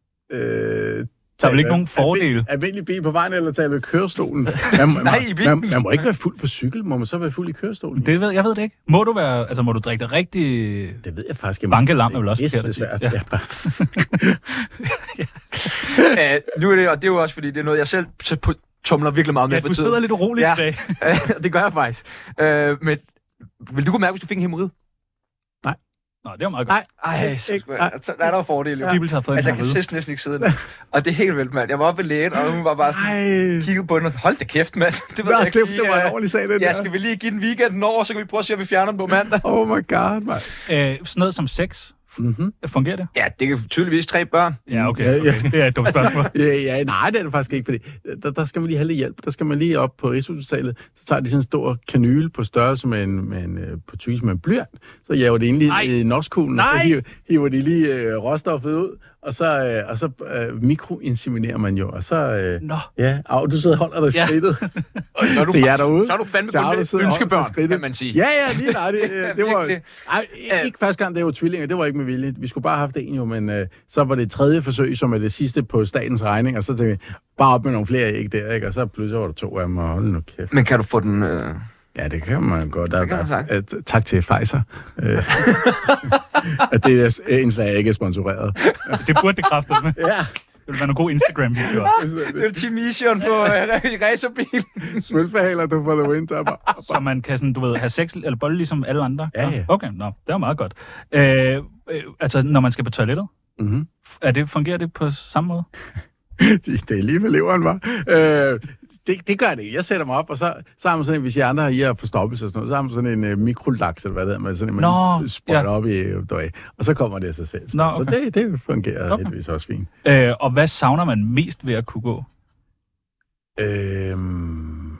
Øh, der er vel ikke nogen fordele? Almindelig bil på vejen, eller tage ved kørestolen? Man, man, Nej, man, man, man må ikke være fuld på cykel. Må man så være fuld i kørestolen? Det ved, jeg ved det ikke. Må du være, altså må du drikke dig rigtig... Det ved jeg faktisk ikke. Bankelam er vel også forkert at sige. Ja. Ja. uh, nu er det, og det er jo også, fordi det er noget, jeg selv tumler virkelig meget med ja, for tiden. tiden. Du sidder lidt uroligt ja. i dag. Det gør jeg faktisk. Uh, men vil du kunne mærke, hvis du fik en hæmoride? Nej. Nå, det var meget godt. Nej, Ej, så, så der er der fordele. Ja. Bibels har fået Altså, en jeg kan vide. sidst næsten ikke sidde der. Og det er helt vildt, mand. Jeg var oppe ved lægen, og hun var bare sådan, Ej. kiggede på den og sådan, hold da kæft, mand. Det ved Nå, jeg ikke kæft, lige, det var en øh, ordentlig sag, den Ja, der. skal vi lige give den weekenden over, så kan vi prøve at se, om vi fjerner den på mandag. Oh my god, mand. Øh, sådan noget som sex. Mm-hmm. Fungerer det? Ja, det er tydeligvis tre børn. Ja, okay. Ja, ja. okay. Det er et dumt spørgsmål. Ja, ja, nej, det er det faktisk ikke, fordi der, der skal man lige have lidt hjælp. Der skal man lige op på Rigshospitalet, så tager de sådan en stor kanyle på størrelse med en, med en på tysk med en blyant, så jager det ind Nej. i noskuglen, og så Nej. hiver, hiver de lige øh, råstoffet ud, og så, øh, og så øh, mikroinseminerer man jo, og så... Øh, Nå. ja, au, du sidder og holder dig Ja. skridtet. Og når du, Til jer derude. Så er du fandme Til jer, kun der lidt sidder og holder sig ønskebørn, skridtet. kan man sige. Ja, ja, lige nej, det, øh, det var... Virkelig. Ej, ikke, ikke første gang, det var tvillinger, det var ikke med vilje. Vi skulle bare have haft en jo, men øh, så var det tredje forsøg, som er det sidste på statens regning, og så tænkte vi, bare op med nogle flere æg der, ikke? Og så pludselig var der to af dem, og hold nu kæft. Men kan du få den... Øh... Ja, det kan man godt. Der, Det kan man der, sagt. øh, tak til Pfizer. Øh, at det er indslag ikke er sponsoreret. Det burde det kræfte med. Ja. Det ville være nogle gode Instagram-videoer. Det er Team Mission på øh, i racerbilen. Smølfahaler, du får the wind. Så man kan sådan, du ved, have sex eller bolle ligesom alle andre. Ja, ja. Okay, nå, det er meget godt. Øh, øh, altså, når man skal på toilettet, Mm-hmm. er det, fungerer det på samme måde? det, det er lige med leveren, var. Øh, det, det gør det. Jeg sætter mig op, og så, så har man sådan en, hvis I andre har i at forstoppelse og sådan noget, så har man sådan en uh, mikrolaks, eller hvad det er, man sådan en, man Nå, sprøjter ja. op i, øh, og så kommer det af sig selv. Så, Nå, okay. så det, det fungerer Okay. okay. heldigvis også fint. Øh, og hvad savner man mest ved at kunne gå? Øhm,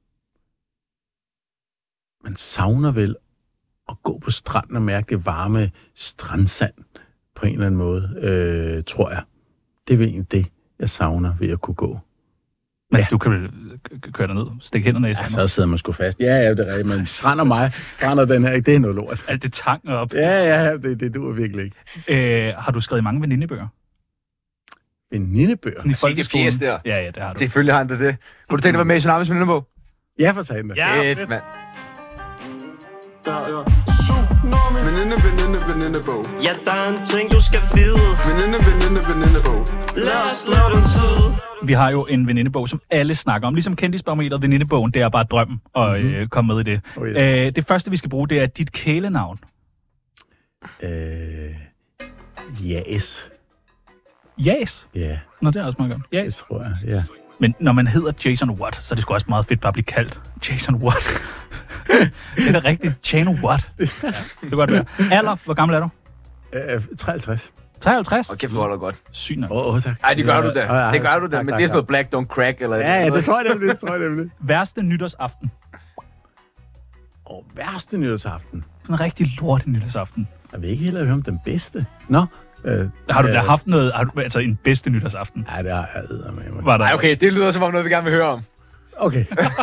man savner vel at gå på stranden og mærke det varme strandsand på en eller anden måde, øh, tror jeg. Det er vel egentlig det, jeg savner ved at kunne gå. Men Ja. du kan vel k- køre derned, stikke hænderne i Ja, sanden. så sidder man sgu fast. Ja, ja, det er rigtigt, men strand og mig, strand og den her, det er noget lort. Alt det tang op. Ja, ja, det, det duer virkelig ikke. Øh, har du skrevet mange venindebøger? Venindebøger? Sådan i Se det folkeskolen? fjæs der. Ja, ja, det har du. Selvfølgelig har han det det. Kunne du tænke dig at være med i Tsunamis venindebog? Ja, for satan da. Ja, Fedt, fedt. mand. Ja, ja. Tsunami. Veninde, veninde, venindebog. Ja, der er en ting, du skal vide. Veninde, veninde, venindebog. Lad os lave den tid. Vi har jo en venindebog, som alle snakker om. Ligesom kendisbarometeret, venindebogen, det er bare drømmen at Mhm. øh, komme med i det. Oh, ja. Øh, det første, vi skal bruge, det er dit kælenavn. Øh, yes. Jas. Ja, Nå, det er også meget godt. det Jas. tror jeg, ja. Men når man hedder Jason Watt, så er det sgu også meget fedt bare at blive kaldt Jason Watt. Det er da rigtigt. Chano Watt. Ja, det kan godt være. Alder, hvor gammel er du? Øh, treoghalvtreds. treoghalvtreds? Og kæft, du holder godt. Syg nok. Åh, oh, tak. Nej, det gør du da. Ja, ja, Det gør du da, tak, men tak, det er sådan noget tak. black don't crack, eller... Ja, ja, det tror jeg nemlig, det tror jeg nemlig. Værste nytårsaften. Og værste nytårsaften. Sådan en rigtig lorte nytårsaften. Jeg vil ikke hellere høre om den bedste. Nå. Øh, Har du da øh, haft noget, har du, altså en bedste nytårsaften? Ja, det har jeg eddermame. Var der? Nej, okay, det lyder som om noget, vi gerne vil høre om. Okay.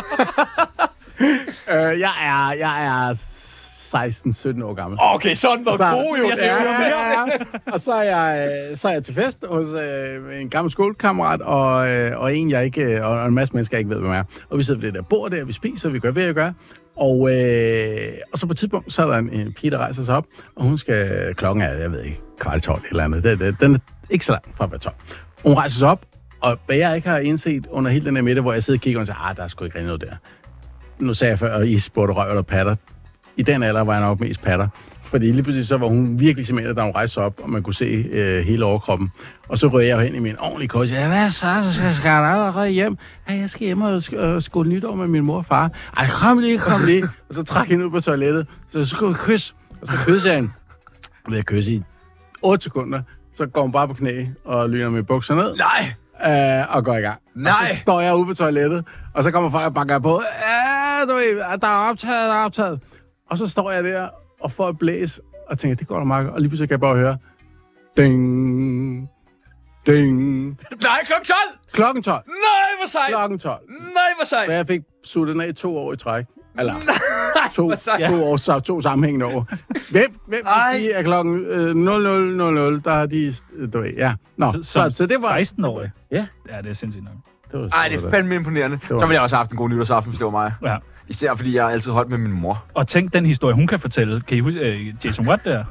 øh, jeg er, jeg er seksten sytten år gammel. Okay, sådan var Så- god jo. Jeg skal Ja, høre mere. ja, ja. Og så er jeg, øh, så er jeg til fest hos øh, en gammel skolekammerat, og, øh, og en, jeg ikke, øh, og en masse mennesker, jeg ikke ved, hvem er. Og vi sidder ved det der bord der, vi spiser, vi gør, hvad jeg gør. Og, øh, og så på et tidspunkt, så er der en, en pige, der rejser sig op, og hun skal, klokken er, jeg ved ikke, kvart i tolv eller andet. Det, det, den er ikke så langt fra at være tolv. Hun rejser sig op, og hvad jeg ikke har indset under hele den her middag, hvor jeg sidder og kigger og siger, ah, der er sgu ikke rigtig noget der. Nu sagde jeg før, at I spurgte røv eller patter. I den alder var jeg nok mest patter. Fordi lige pludselig så var hun virkelig simpelthen, da hun rejste sig op, og man kunne se øh, hele overkroppen. Og så røg jeg hen i min ordentlige kors. Ja, hvad så? Så skal, skal jeg allerede hjem? Ja, jeg skal hjem og sk- øh, skåle nytår med min mor og far. Ej, kom lige, kom lige. Og så trak hende ud på toilettet. Så skulle jeg kysse. Og så kysse jeg hende. Og ved jeg kysse i otte sekunder. Så går hun bare på knæ og lyner med bukser ned. Nej, Øh, og går i gang. Nej. Og så står jeg ude på toilettet, og så kommer folk og banker på. Ja, du ved, der er optaget, der er optaget. Og så står jeg der og får et blæs, og tænker, det går da meget godt. Og lige pludselig kan jeg bare høre, ding, ding. nej, klokken tolv! Klokken tolv. Nej, hvor sejt! Klokken tolv. Nej, hvor sejt! Så jeg fik suttet den af to år i træk. Eller to, hvor sejt. to, år, så to sammenhængende år. Hvem, hvem Ej. vil sige, at klokken øh, nul nul nul nul, der har de, øh, du ved, ja. Nå, så, så, så det var... seksten-årig? Ja. Ja, det er sindssygt nok. Det var, Ej, det er fandme imponerende. var- Så ville jeg også have haft en god nytårsaften, hvis det var mig. Ja. Især fordi jeg har altid holdt med min mor. Og tænk den historie, hun kan fortælle. Kan I huske uh, Jason Watt der?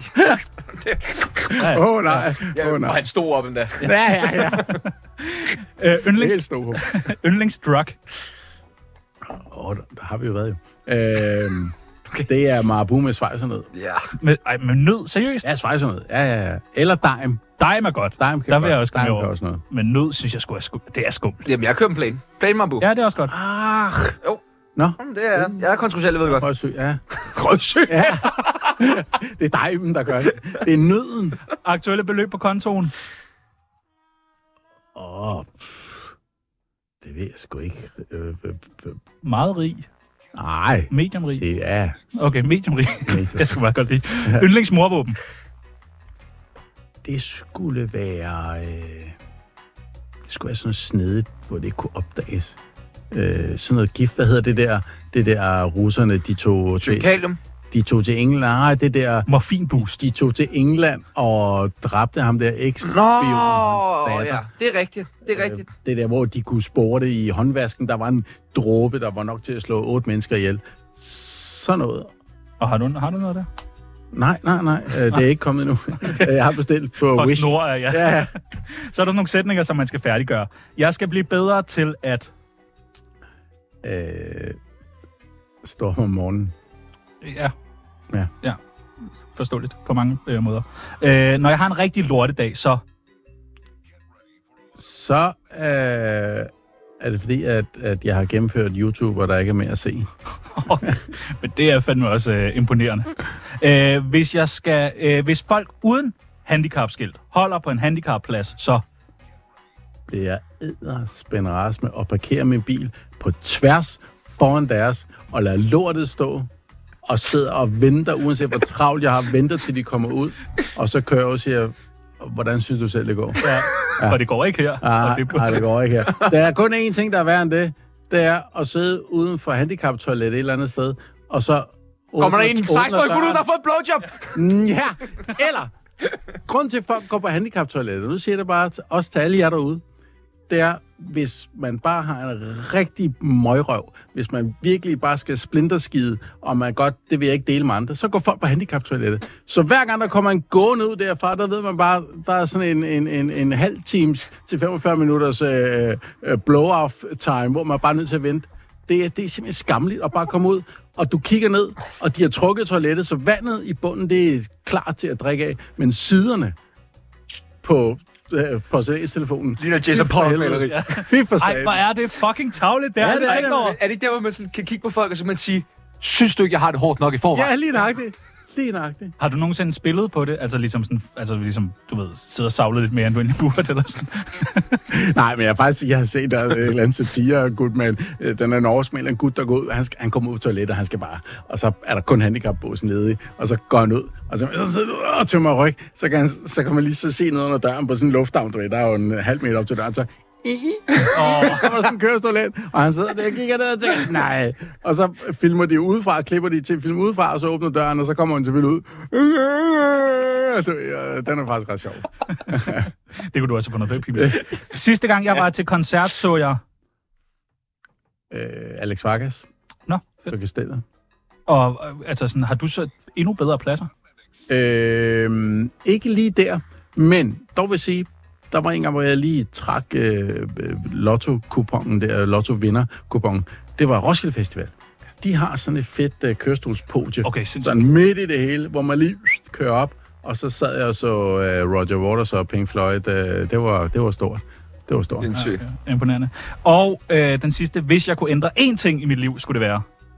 Ja, Åh, oh, nej. Jeg Åh, oh, nej. han stod op endda. Ja, ja, ja. øh, yndlings, Helt stor. yndlingsdrug. Åh, oh, der, der har vi jo været jo. Øhm, Okay. Det er marabu med svejsernød. Ja. Med, ej, med nød, seriøst? Ja, svejsernød. Ja, ja, ja. Eller dime. Dime er godt. Dime kan Der vil jeg også dime komme kan over. også noget. Men nød, synes jeg sgu er skum. Det er skummelt. Jamen, jeg kører en plain. Plain Mambo. Ja, det er også godt. Ah. Jo. Nå. Jamen, det er jeg. Jeg er kontroversiel, jeg ved det godt. Røgsø, ja. Røgsø? Ja. Det er dimen, der gør det. Det er nøden. Aktuelle beløb på kontoen? Åh, oh, det ved jeg sgu ikke. Øh, øh, øh. Meget rig. Nej. Medium rig. Det er... Okay, medium rig. Medium. Jeg skal meget godt lide. Yndlingsmorvåben? Det skulle være... Øh, det skulle være sådan noget snedigt, hvor det ikke kunne opdages. Øh, sådan noget gift. Hvad hedder det der? Det der russerne, de tog til... Kalium. De tog til England. Nej, det der... Morfinboost. De tog til England og dræbte ham der eks-spion. Nå, ja. Det er rigtigt. Det er rigtigt. Det der, hvor de kunne spore det i håndvasken. Der var en dråbe, der var nok til at slå otte mennesker ihjel. Sådan noget. Og har du, har du noget der? Nej, nej, nej. Det er ikke kommet endnu. Jeg har bestilt på På Wish. snor, ja. Ja. Så er der sådan nogle sætninger, som man skal færdiggøre. Jeg skal blive bedre til at... Øh, stå om morgenen. Ja. Ja. Ja. Forståeligt på mange øh, måder. Øh, når jeg har en rigtig lortedag, så... Så øh, er det fordi, at, at jeg har gennemført YouTube, og der ikke er mere at se. Men det er fandme også øh, imponerende. øh, hvis jeg skal... Øh, hvis folk uden handicapskilt holder på en handicapplads, så... Bliver jeg edderspænderas med at parkere min bil på tværs foran deres, og lade lortet stå, og sidder og venter, uanset hvor travlt jeg har, venter til de kommer ud, og så kører jeg og siger, hvordan synes du selv, det går? Ja, ja. Og det går ikke her. Ah, og det... Nej, det går ikke her. Der er kun én ting, der er værre end det. Det er at sidde uden for handicaptoilet et eller andet sted, og så... Kommer der en seksten-årig gut ud, der har fået et blowjob? Ja, eller... Grunden til, at folk går på handicaptoilettet, nu siger det bare også til alle jer derude, det er, hvis man bare har en rigtig møgrøv, hvis man virkelig bare skal splinterskide, og man godt, det vil jeg ikke dele med andre, så går folk på handicaptoilettet. Så hver gang der kommer en gående ud derfra, der ved man bare, der er sådan en, en, en, en halv times til femogfyrre minutters øh, øh, blow-off time, hvor man bare er nødt til at vente. Det er, det er simpelthen skamligt at bare komme ud, og du kigger ned, og de har trukket toilettet, så vandet i bunden, det er klar til at drikke af, men siderne på øh, porcelænstelefonen. Ligner Jason Paul-maleri. Ja. Fy for Ej, hvor er det fucking tavligt, det er Ja, det, det er det, det. over. Er det der, hvor man sådan kan kigge på folk, og så man sige, synes du ikke, jeg har det hårdt nok i forvejen? Ja, lige nøjagtigt. Lige nøjagtigt. Har du nogensinde spillet på det? Altså ligesom sådan, altså ligesom, du ved, sidder og savler lidt mere, end du egentlig burde, eller sådan? Nej, men jeg har faktisk jeg har set, der er et eller andet satire-gut, men øh, den er norsk med en gut, der går ud, han, skal, han kommer ud på toilettet, og han skal bare, og så er der kun handicapbåsen ledig, og så går han ud, og så, så sidder han og tømmer ryg, så kan, han, så kan man lige så se ned under døren på sådan en lufthavn, du ved, der er jo en halv meter op til døren, så Oh. kommer sådan en kørestol ind, og han sidder der og kigger ned og tænker, nej. Og så filmer de udefra, klipper de til film udefra, og så åbner døren, og så kommer han selvfølgelig ud. Den er faktisk ret sjov. Det kunne du også have fundet på, Pippi. Sidste gang, jeg var til koncert, så jeg... Øh, Alex Vargas. Nå, På fedt. Kastellet. Og øh, altså sådan, har du så endnu bedre pladser? Øh, ikke lige der, men dog vil sige, der var en gang, hvor jeg lige trak øh, lotto-kupongen der, lotto-vinder-kupongen. Det var Roskilde Festival. De har sådan et fedt øh, kørestolspodie. Okay, sindssygt. Sådan midt i det hele, hvor man lige kører op, og så sad jeg og så øh, Roger Waters og Pink Floyd. Øh, det, var, det var stort. Det var stort. Sindssygt. Ja, okay. Imponerende. Og øh, den sidste, hvis jeg kunne ændre én ting i mit liv, skulle det være?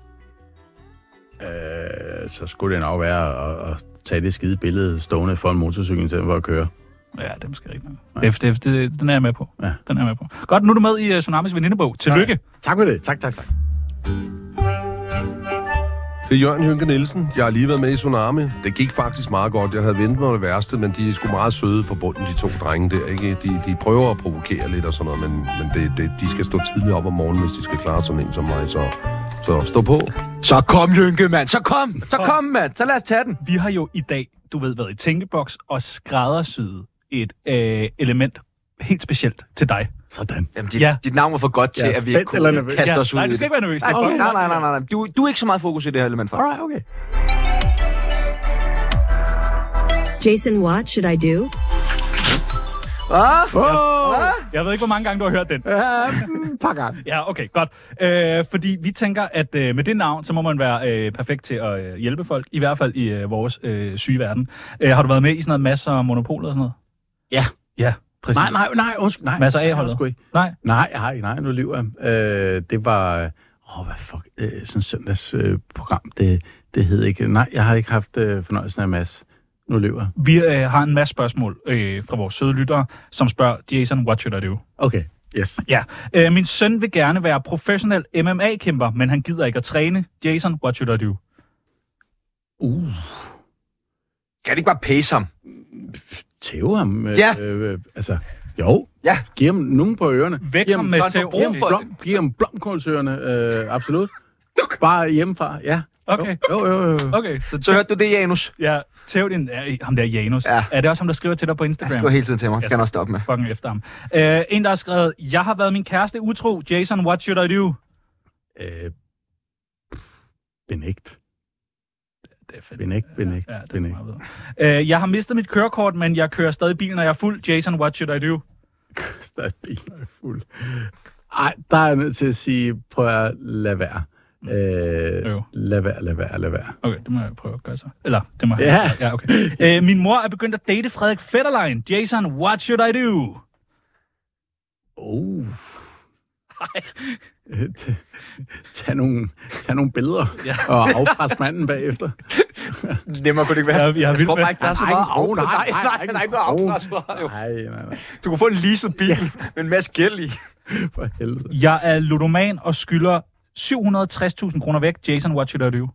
Øh, så skulle det nok være at, at tage det skide billede stående for en motorcykel, til at køre. Ja, det er måske rigtigt. Det, det, det, den er jeg med på. Ja. Den er jeg med på. Godt, nu er du med i uh, Tsunamis venindebog. Tillykke. Ja. Tak for det. Tak, tak, tak. Det er Jørgen Hynke Nielsen. Jeg har lige været med i Tsunami. Det gik faktisk meget godt. Jeg havde ventet mig det værste, men de er sgu meget søde på bunden, de to drenge der. Ikke? De, de prøver at provokere lidt og sådan noget, men, men det, det, de skal stå tidligt op om morgenen, hvis de skal klare sådan en som mig. Så, så stå på. Så kom, Jynke, mand. Så kom. Så kom, mand. Så lad os tage den. Vi har jo i dag, du ved, været i tænkeboks og skræddersyet et øh, element helt specielt til dig. Sådan. Jamen, dit, Ja. dit navn var for godt til, Jeg er at vi ikke spændt eller kunne nervøs. kaste Ja, os ud nej, i du det. skal ikke være nervøs. Det er Okay. godt. Nej, nej, nej, nej, nej. Du, du er ikke så meget fokus i det her element, for. Alright, okay. Jason, what should I do? Ah, Åh! Jeg ved ikke, hvor mange gange du har hørt den. Ja, et par gange. Ja, okay, godt. Øh, fordi vi tænker, at øh, med det navn, så må man være øh, perfekt til at øh, hjælpe folk. I hvert fald i øh, vores øh, syge verden. Øh, har du været med i sådan noget masser af monopoler og sådan noget? Ja. Ja, præcis. Nej, nej, nej, undskyld. Nej, Masser af jeg har holdet? sgu ikke. Nej. Nej, jeg har ikke. Nej, nu lyver jeg. Øh, det var... Åh, oh, hvad fuck? Øh, sådan et søndagsprogram. Øh, program. det, det hed ikke... Nej, jeg har ikke haft øh, fornøjelsen af Mads. Nu lyver jeg. Vi øh, har en masse spørgsmål øh, fra vores søde lyttere, som spørger, Jason, what should I do? Okay, yes. Ja. Øh, min søn vil gerne være professionel M M A-kæmper, men han gider ikke at træne. Jason, what should I do? Uh. Kan det ikke bare pace ham? Tæve ham. Øh, Ja. øh, altså, jo. Ja. Giv ham nogen på ørerne. Væk Giv ham ham, med han får tæv. brug giv ham, for blom, giv ham blomkålsørerne. Øh, absolut. Bare hjemmefra, ja. Okay. Jo, jo, jo. jo. Okay, så, Så hørte du det, Janus? ja, tæv din... Ja, ham der Janus. Ja. Er det også ham, der skriver til dig på Han Instagram? skriver hele tiden til mig. Det skal han også stoppe med. Fucking efter ham. Øh, en, der har skrevet, jeg har været min kæreste utro. Jason, what should I do? Øh, benægt. Det er fedt. Benægt, benægt, Ja, det er benægt. meget bedre. Øh, jeg har mistet mit kørekort, men jeg kører stadig bil, når jeg er fuld. Jason, what should I do? Stadig bilen er fuld. Ej, der er jeg nødt til at sige, prøv at lade være. Øh, Jo. lad være, lad være, lad være. Okay, det må jeg prøve at gøre så. Eller, det må jeg. Ja. Ja, okay. Øh, min mor er begyndt at date Frederik Fetterlein. Jason, what should I do? Oh. Tag, tag, nogle, tag nogle billeder Ja. og afpres manden bagefter. Det må kunne det ikke være. Jeg, jeg, er Jeg vild tror med. bare ikke, der er så meget afpres. Nej, nej, nej, nej, ikke noget nej, afpres for dig, jo. Nej, nej, nej. Du kunne få en leaset bil med en masse gæld i. For helvede. Jeg er ludoman og skylder syv hundrede og tres tusind kroner væk. Jason, what should I do?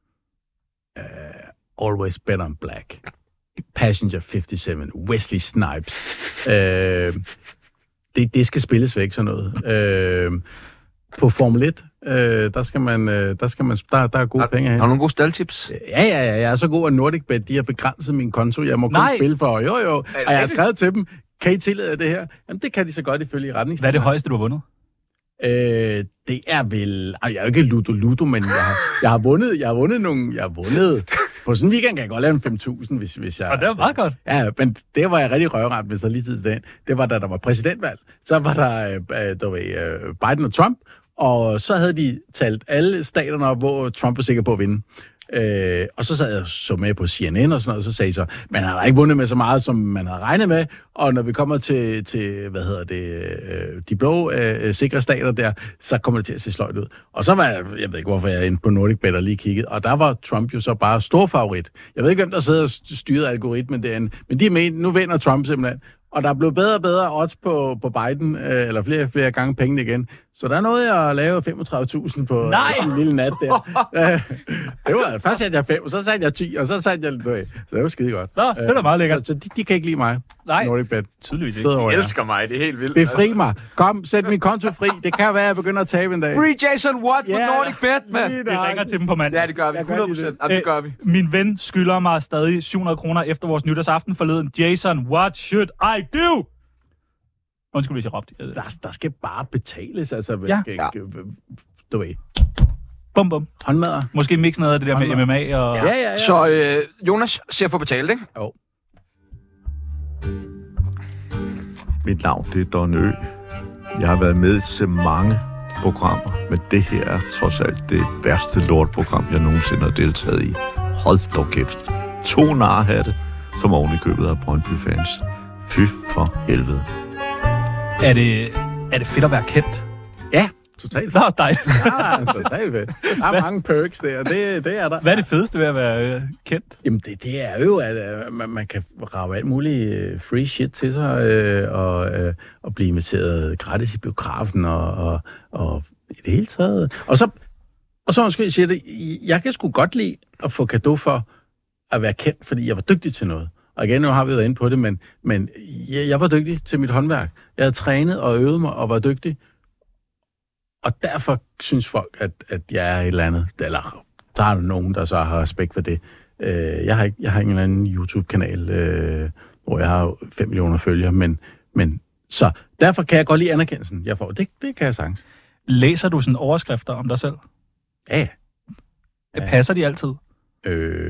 Always bet on black. Passenger halvtreds, Wesley Snipes. Øh, det, det skal spilles væk, sådan noget. Øh, på Formel et, øh, der skal man, øh, der skal man, der, der er gode Har, penge har hen. du nogle gode staldtips? Ja, ja, ja, jeg er så god, at NordicBet, de har begrænset min konto. Jeg må kun Nej. spille for, jo, jo. Og jeg har rigtigt? skrevet til dem, kan I tillade det her? Jamen, det kan de så godt ifølge Hvad er retningslinjer. det højeste, du har vundet? Øh, det er vel... Ej, jeg er jo ikke Ludo Ludo, men jeg har, jeg har vundet, jeg har vundet nogle... Jeg har vundet... På sådan en weekend kan jeg godt lave en fem tusind, hvis, hvis jeg... Og det var meget godt. Ja, men det var jeg rigtig røvret, hvis der lige tid til den. Det var, da der var præsidentvalg. Så var der, øh, der var, øh, Biden og Trump, og så havde de talt alle staterne op, hvor Trump var sikker på at vinde. Øh, og så sad jeg så med på C N N og sådan noget, og så sagde de så, man har ikke vundet med så meget, som man havde regnet med, og når vi kommer til, til hvad hedder det, øh, de blå øh, sikre stater der, så kommer det til at se sløjt ud. Og så var jeg, jeg ved ikke, hvorfor jeg er inde på NordicBet og lige kiggede, og der var Trump jo så bare stor favorit. Jeg ved ikke, hvem der sidder og styrede algoritmen derinde, men de mente, nu vinder Trump simpelthen. Og der er blevet bedre og bedre odds på, på Biden, øh, eller flere og flere gange pengene igen. Så der nåede jeg at lave femogtredive tusind på Nej! en lille nat der. øh, det var, først satte jeg fem, og så satte jeg ti, og så satte jeg lidt. Så det var skide godt. Nå, det er da meget lækkert. Så, så de, de kan ikke lide mig. Nej, NordicBet. tydeligvis ikke. Bedre over Jeg jer. elsker mig, det er helt vildt. Befri mig. Kom, sæt min konto fri. Det kan være, at jeg begynder at tabe en dag. Free Jason Watt på Ja. NordicBet, mand. Lige Vi nok. ringer til dem på mandag. Ja, det gør vi. Jeg gør hundrede lige det. procent. Ja, det gør vi. Øh, min ven skylder mig stadig syv hundrede kroner efter vores nytårsaften forleden. Jason, what should I do? Undskyld, hvis jeg råbte. Der, der skal bare betales, altså. Ja. Ja. Du ved. Bum, bum. Håndmadder. Måske mix noget af det der med M M A og... Ja, ja, ja. Så øh, Jonas ser for betalt, ikke? Jo. Mit navn, det er Don Ø. Jeg har været med til mange programmer, men det her er trods alt det værste lortprogram, jeg nogensinde har deltaget i. Hold dog kæft. To narhatte, som oven i købet af Brøndby-fans. Fy for helvede. Er det, er det fedt at være kendt? Ja, totalt. Nå, dejligt. Ja, totalt fedt. Der er mange perks der, det, det er der. Hvad er det fedeste ved at være øh, kendt? Jamen, det, det er jo, at øh, man, man kan rave alt muligt øh, free shit til sig, øh, og, øh, og blive inviteret gratis i biografen, og, og, og i det hele taget. Og så, og så måske sige det, jeg kan sgu godt lide at få cadeau for at være kendt, fordi jeg var dygtig til noget. Og igen, nu har vi været inde på det, men, men jeg, jeg var dygtig til mit håndværk. Jeg havde trænet og øvet mig og var dygtig. Og derfor synes folk, at, at jeg er et eller andet. Eller der er nogen, der så har respekt for det. Øh, jeg har ikke, jeg har ingen eller anden YouTube-kanal, øh, hvor jeg har fem millioner følgere, men, men så derfor kan jeg godt lide anerkendelsen, jeg får. Det, det kan jeg sagtens. Læser du sådan overskrifter om dig selv? Ja, Ja. Passer de altid? øh,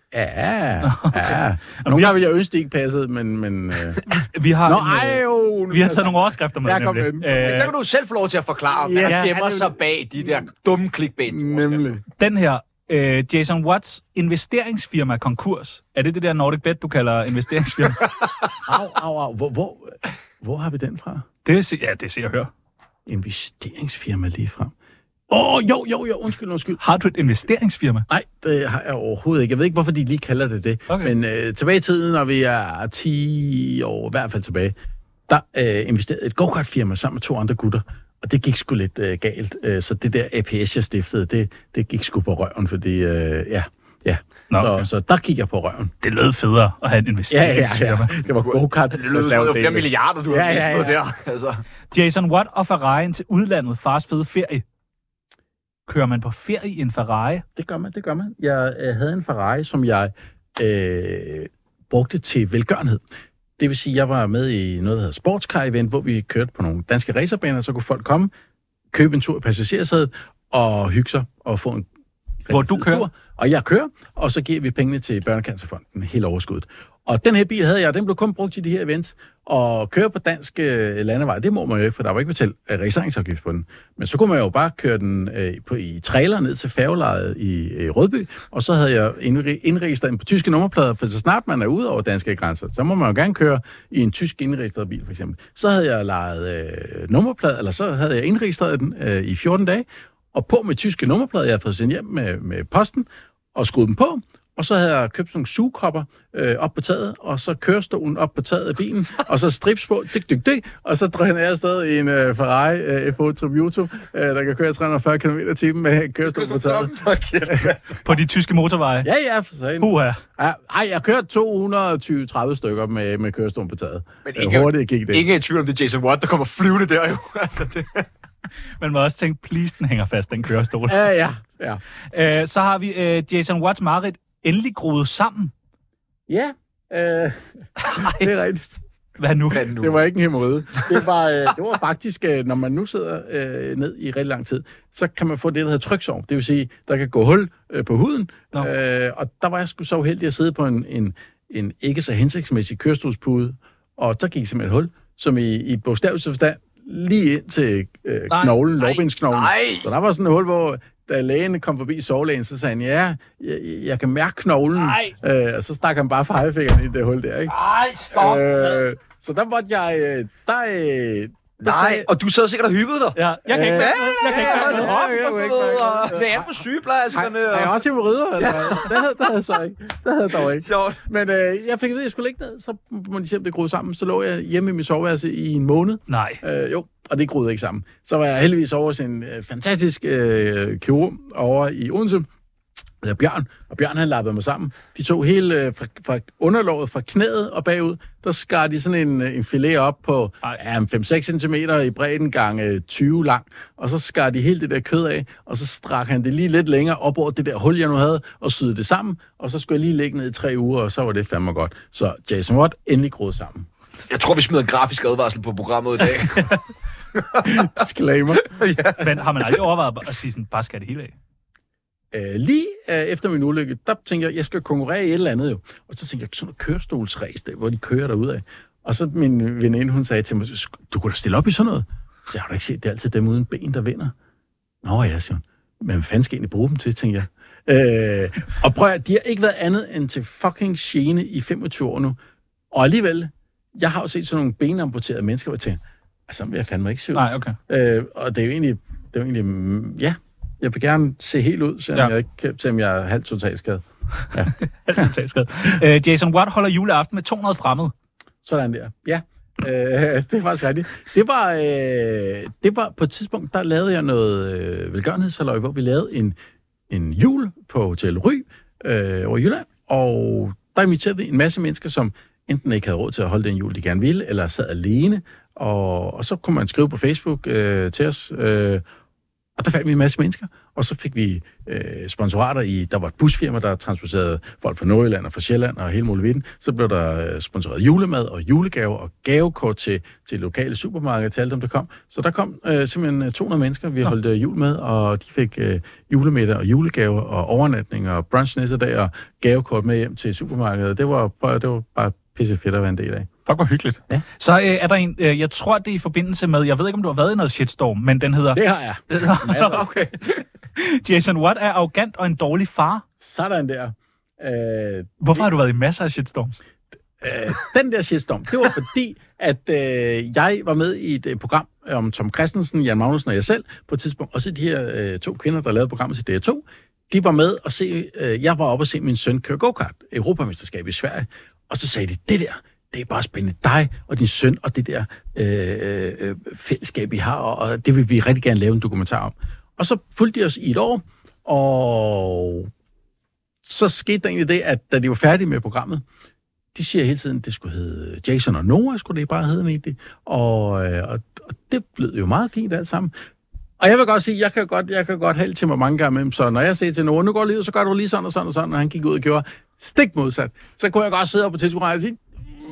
Ja, ja. Nogle gange vil jeg ønske, det ikke passede, men... men øh... Vi har, Nå, en, ej, jo, vi har taget nogle overskrifter med, Jeg kom nemlig. ind. Men så kan du selv få lov til at forklare, hvad Ja, der gemmer han er jo- sig bag de der dumme clickbait. Nemlig. Den her, øh, Jason Watts investeringsfirma konkurs. Er det det der Nordic Bet, du kalder investeringsfirma? Au, au, au. Hvor, hvor, hvor har vi den fra? det, se, ja, det ser jeg høre. Investeringsfirma lige frem. Åh, oh, jo, jo, jo, undskyld, undskyld. Har du et investeringsfirma? Nej, det har jeg overhovedet ikke. Jeg ved ikke, hvorfor de lige kalder det det. Okay. Men øh, tilbage i tiden, når vi er ti år, i hvert fald tilbage, der øh, investerede et go-kart-firma sammen med to andre gutter. Og det gik sgu lidt øh, galt. Øh, så det der A P S, jeg stiftede, det, det gik sgu på røven, fordi, øh, ja, ja. Nå, så, okay. så der gik jeg på røven. Det lød federe at have en Ja, ja, investeringsfirma. ja. Det var go-kart. Det lød som noget flere milliarder, du har Ja, ja, mistet ja. der. Altså. Jason Watt og Ferrari'en til udlandet, fars fede ferie. Kører man på ferie i en Ferrari? Det gør man, det gør man. Jeg øh, havde en Ferrari, som jeg øh, brugte til velgørenhed. Det vil sige, at jeg var med i noget, der hedder Sportscar-event, hvor vi kørte på nogle danske racerbaner, så kunne folk komme, købe en tur i passagersædet og hygge sig og få en Hvor du kører? tur. Og jeg kører, og så giver vi pengene til Børnecancerfonden, hele overskuddet. Og den her bil havde jeg, den blev kun brugt til de her events. Og køre på dansk øh, landevej, det må man jo ikke, for der var ikke betalt øh, registreringsafgift på den. Men så kunne man jo bare køre den øh, på, i trailer ned til færgelejet i øh, Rødby, og så havde jeg indre- indregistreret den på tyske nummerplader, for så snart man er ude over danske grænser, så må man jo gerne køre i en tysk indregistreret bil, for eksempel. Så havde jeg lejet øh, nummerplade, eller så havde jeg indregistreret den øh, i fjorten dage, og på med tyske nummerplader, jeg havde fået sendt hjem med, med posten, og skruet dem på, og så havde jeg købt sådan nogle sugekopper øh, op på taget, og så kørestolen op på taget af bilen, og så strips på, dyk, dyk, dyk, og så drøn jeg afsted i en øh, Ferrari øh, F otte Tributo, øh, der kan køre tre hundrede og fyrre kilometer i timen med kørestolen på taget. På de tyske motorveje? Ja, ja, for sagen. Uha. Ja, ej, jeg kørte to hundrede og tyve til tredive stykker med, med kørestolen på taget. Men Øh, ikke, hurtigt gik det. Ingen er i tvivl om det er Jason Watt, der kommer flyvende der jo. Altså, det. Man må også tænke, please, den hænger fast, den kørestol. Ja, ja, ja. Øh, så har vi øh, Jason Watts Marit endelig groet sammen. Ja, øh, det er rigtigt. Hvad nu? Hvad nu? Det var ikke en hemorrhoide. Det var, øh, det var faktisk, øh, når man nu sidder øh, ned i rigtig lang tid, så kan man få det, der hedder tryksår. Det vil sige, der kan gå hul øh, på huden. Nå. Øh, og der var jeg sgu så uheldig at sidde på en, en, en ikke så hensigtsmæssig kørestolspude. Og der gik simpelthen et hul, som i, i bogstavelig forstand lige ind til øh, Nej, knoglen, nej, lårbensknoglen. nej. Så der var sådan et hul, hvor da lægen kom forbi sovelægen, så sagde han, ja, jeg, jeg kan mærke knoglen. Nej. Øh, og så stak han bare fejefingeren i det hul der, ikke? Ej, stop! Øh, så der måtte jeg... øh, Der, øh, der Nej, sagde- og du sad sikkert og hyggede dig. Ja, jeg kan ikke Øh, mærke noget. Jeg kan ikke mærke noget. ja, jeg kan ikke mærke noget. Det er på sygeplejerskerne. Har jeg også hemorrider, eller hvad? Det havde, det havde jeg så ikke. Det havde jeg dog ikke. Sjovt. Men øh, jeg fik at vide, at jeg skulle ligge ned, så må de simpelthen groede sammen. Så lå jeg hjemme i min soveværelse i en måned. Nej. Øh, jo, og det groede ikke sammen. Så var jeg heldigvis over hos en øh, fantastisk øh, kirurg over i Odense, der hedder Bjørn, og Bjørn han lappede mig sammen. De tog hele øh, fra, fra underlåret, fra knæet og bagud, der skar de sådan en, en filet op på ja, fem til seks centimeter i bredden gange tyve lang, og så skar de hele det der kød af, og så strak han det lige lidt længere op over det der hul, jeg nu havde, og syede det sammen, og så skulle jeg lige ligge ned i tre uger, og så var det fandme godt. Så Jason Watt endelig groede sammen. Jeg tror, vi smider en grafisk advarsel på programmet i dag. Disclaimer. Ja. Men har man aldrig overvejet at sige sådan, bare skære det hele af? Øh, lige øh, efter min ulykke, der tænkte jeg, jeg skal konkurrere i et eller andet jo. Og så tænkte jeg, sådan noget kørestolsræs, der, hvor de kører derudad. Og så min veninde, hun sagde til mig, du kunne da stille op i sådan noget. Så jeg har da ikke set, det er altid dem uden ben, der vinder. Nå ja, siger hun. Men hvad fanden skal jeg egentlig bruge dem til, tænkte jeg. Øh, og prøv at, de har ikke været andet end til fucking gene i femogtyve år nu. Og alligevel, jeg har jo set sådan nogle benamputerede mennesker, hvor jeg tænker, altså, vil jeg fandme ikke se ud. Nej, okay. Øh, og det er jo egentlig, det er jo egentlig, mm, ja, jeg vil gerne se helt ud, selvom, Ja. jeg, ikke, selvom jeg er halvt totalskadet. Ja. uh, Jason Watt holder juleaften med to hundrede fremmede. Sådan der, ja. Øh, det er faktisk rigtigt. Det var, øh, det var på et tidspunkt, der lavede jeg noget øh, velgørenhedshalløj, hvor vi lavede en, en jul på Hotel Ry øh, over Jylland, og der inviterede vi en masse mennesker, som enten ikke havde råd til at holde den jul, de gerne ville, eller sad alene, og, og så kunne man skrive på Facebook øh, til os, øh, Og der fandt vi en masse mennesker, og så fik vi øh, sponsorater i, der var et busfirma, der transporterede folk fra Nordjylland og fra Sjælland og hele muligheden. Så blev der øh, sponsoreret julemad og julegaver og gavekort til, til lokale supermarkeder til alle dem, der kom. Så der kom øh, simpelthen to hundrede mennesker, vi holdt øh, jul med, og de fik øh, julemiddag og julegaver og overnatning og brunch næste dag og gavekort med hjem til supermarkedet. Det var, det var bare pisse fedt at være en del af. Fuck, hvor hyggeligt. Ja. Så øh, er der en, øh, jeg tror, det er i forbindelse med, jeg ved ikke, om du har været i noget shitstorm, men den hedder... Det har jeg. Okay. Jason Watt er arrogant og en dårlig far. Sådan der. Øh, Hvorfor det... har du været i masser af shitstorms? Øh, den der shitstorm, det var fordi, at øh, jeg var med i et øh, program om Tom Christensen, Jan Magnussen og jeg selv, på et tidspunkt. Også de her øh, to kvinder, der lavede programmet til D R to, de var med og se, øh, jeg var oppe og se min søn køre go-kart, Europamesterskab i Sverige, og så sagde de, det der, det er bare spændende, dig og din søn og det der øh, øh, fællesskab, I har, og, og det vil vi rigtig gerne lave en dokumentar om. Og så fulgte de os i et år, og så skete der egentlig det, at da de var færdige med programmet, de siger hele tiden, det skulle hedde Jason og Noah, skulle det bare hedde med det, og, og, og det blev jo meget fint alt sammen. Og jeg vil godt sige, jeg kan godt, jeg kan godt have til mig mange gange med, så når jeg siger til Noah, nu går livet, så gør du lige sådan og sådan og sådan, og han gik ud og gjorde stik modsat, så kunne jeg godt sidde op på tilskuerrækken og sige,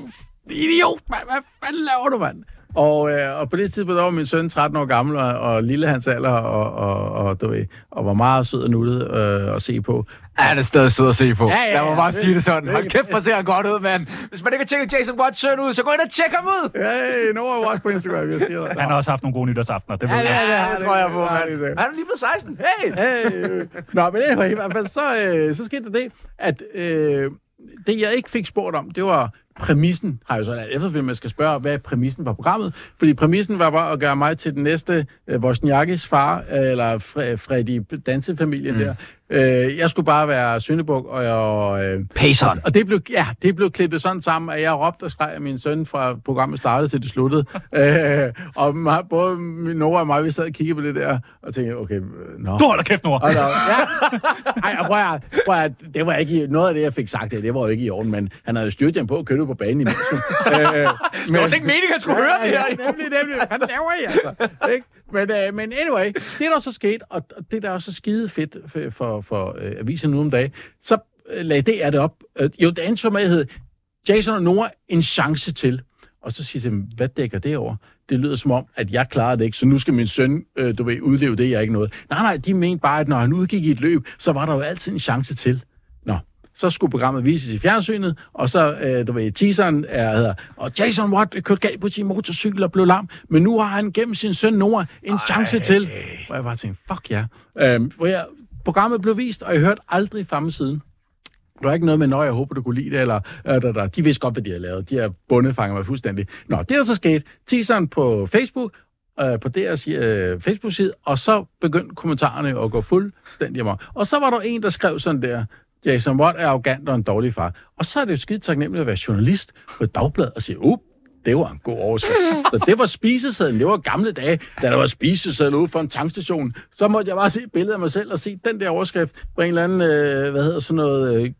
idiot, mand, hvad fanden laver du, mand? Og, øh, og på det tidspunkt, der var min søn tretten år gammel, og, og lille hans alder, og, og, og, du ved, og var meget sød og nuttet øh, at se på. Ja, han er stadig sød at se på. Ja, ja, ja. Lad mig bare sige det sådan. Hold kæft, hvor ser han godt ud, mand. Hvis man ikke har tjekket Jason Watts søn ud, så gå ind og tjek ham ud. Hey, Noah Watts på Instagram. Jeg siger han har også haft nogle gode nytårsaftener, det ved ja, jeg. Ja, ja, det, det tror jeg på, mand. Han er lige blevet seksten. Hey! Hey! Nå, men anyway, i hvert fald, så, øh, så skete der det, at øh, det, jeg ikke fik spurgt om, det var præmissen, har jeg så alt efterfølgende, man skal spørge, hvad præmissen var programmet. Fordi præmissen var bare at gøre mig til den næste øh, Wozniakis far, eller Fre- Freddy dansefamilien mm. der. Øh, jeg skulle bare være syndebuk, og jeg... Øh, Payson. Og det blev, ja, det blev klippet sådan sammen, at jeg råbte og skreg af min søn fra programmet startede til det sluttede. øh, og mig, både Nora og mig, vi sad og kiggede på det der, og tænkte, okay, nå. Du holder kæft, Nora! Og der, ja. Ej, og prøv at, prøv at, det var ikke noget af det, jeg fik sagt, det, det var jo ikke i orden, men han havde styrt hjem på at køre på banen i München. øh, det var ikke meningen, han skulle ja, høre det her. Ja, nemlig, nemlig. Han laver I, altså. Ikke? Men, øh, men anyway, det der så skete, og det der er også skide fedt for, for, for øh, avisen nu om dagen, så øh, lagde det er det op. Øh, jo, det endte så med, at hed Jason og Noah en chance til. Og så siger jeg, hvad dækker det over? Det lyder som om, at jeg klarede det ikke, så nu skal min søn, øh, du ved, udleve det, jeg ikke nåede. Nej, nej, de mente bare, at når han udgik i et løb, så var der jo altid en chance til. Nå, så skulle programmet vises i fjernsynet, og så, øh, du ved, teaseren er, hedder, og Jason Watt kørte galt på sin motorcykel og blev lam, men nu har han gennem sin søn Noah en Ej. chance til. Hvor jeg bare tænkte, fuck ja. Øhm, hvor jeg, programmet blev vist, og jeg hørte aldrig fremme siden. Der var ikke noget med, når jeg håber, du kunne lide det, eller øh, der, der. De vidste godt, hvad de havde lavet. De har bundefanger mig fuldstændig. Nå, det er så sket. Teaseren på Facebook, øh, på deres øh, Facebook-side, og så begyndte kommentarerne at gå fuldstændig amok. Og så var der en, der skrev sådan der, Jason Watt er arrogant og en dårlig far. Og så er det jo skide taknemmeligt at være journalist på et dagblad og sige, up, det var en god overskrift. Så det var spisesedlen. Det var gamle dage, da der var spisesedlen ude for en tankstation. Så måtte jeg bare se billedet af mig selv og se den der overskrift på en eller anden, øh, hvad hedder sådan noget, øh,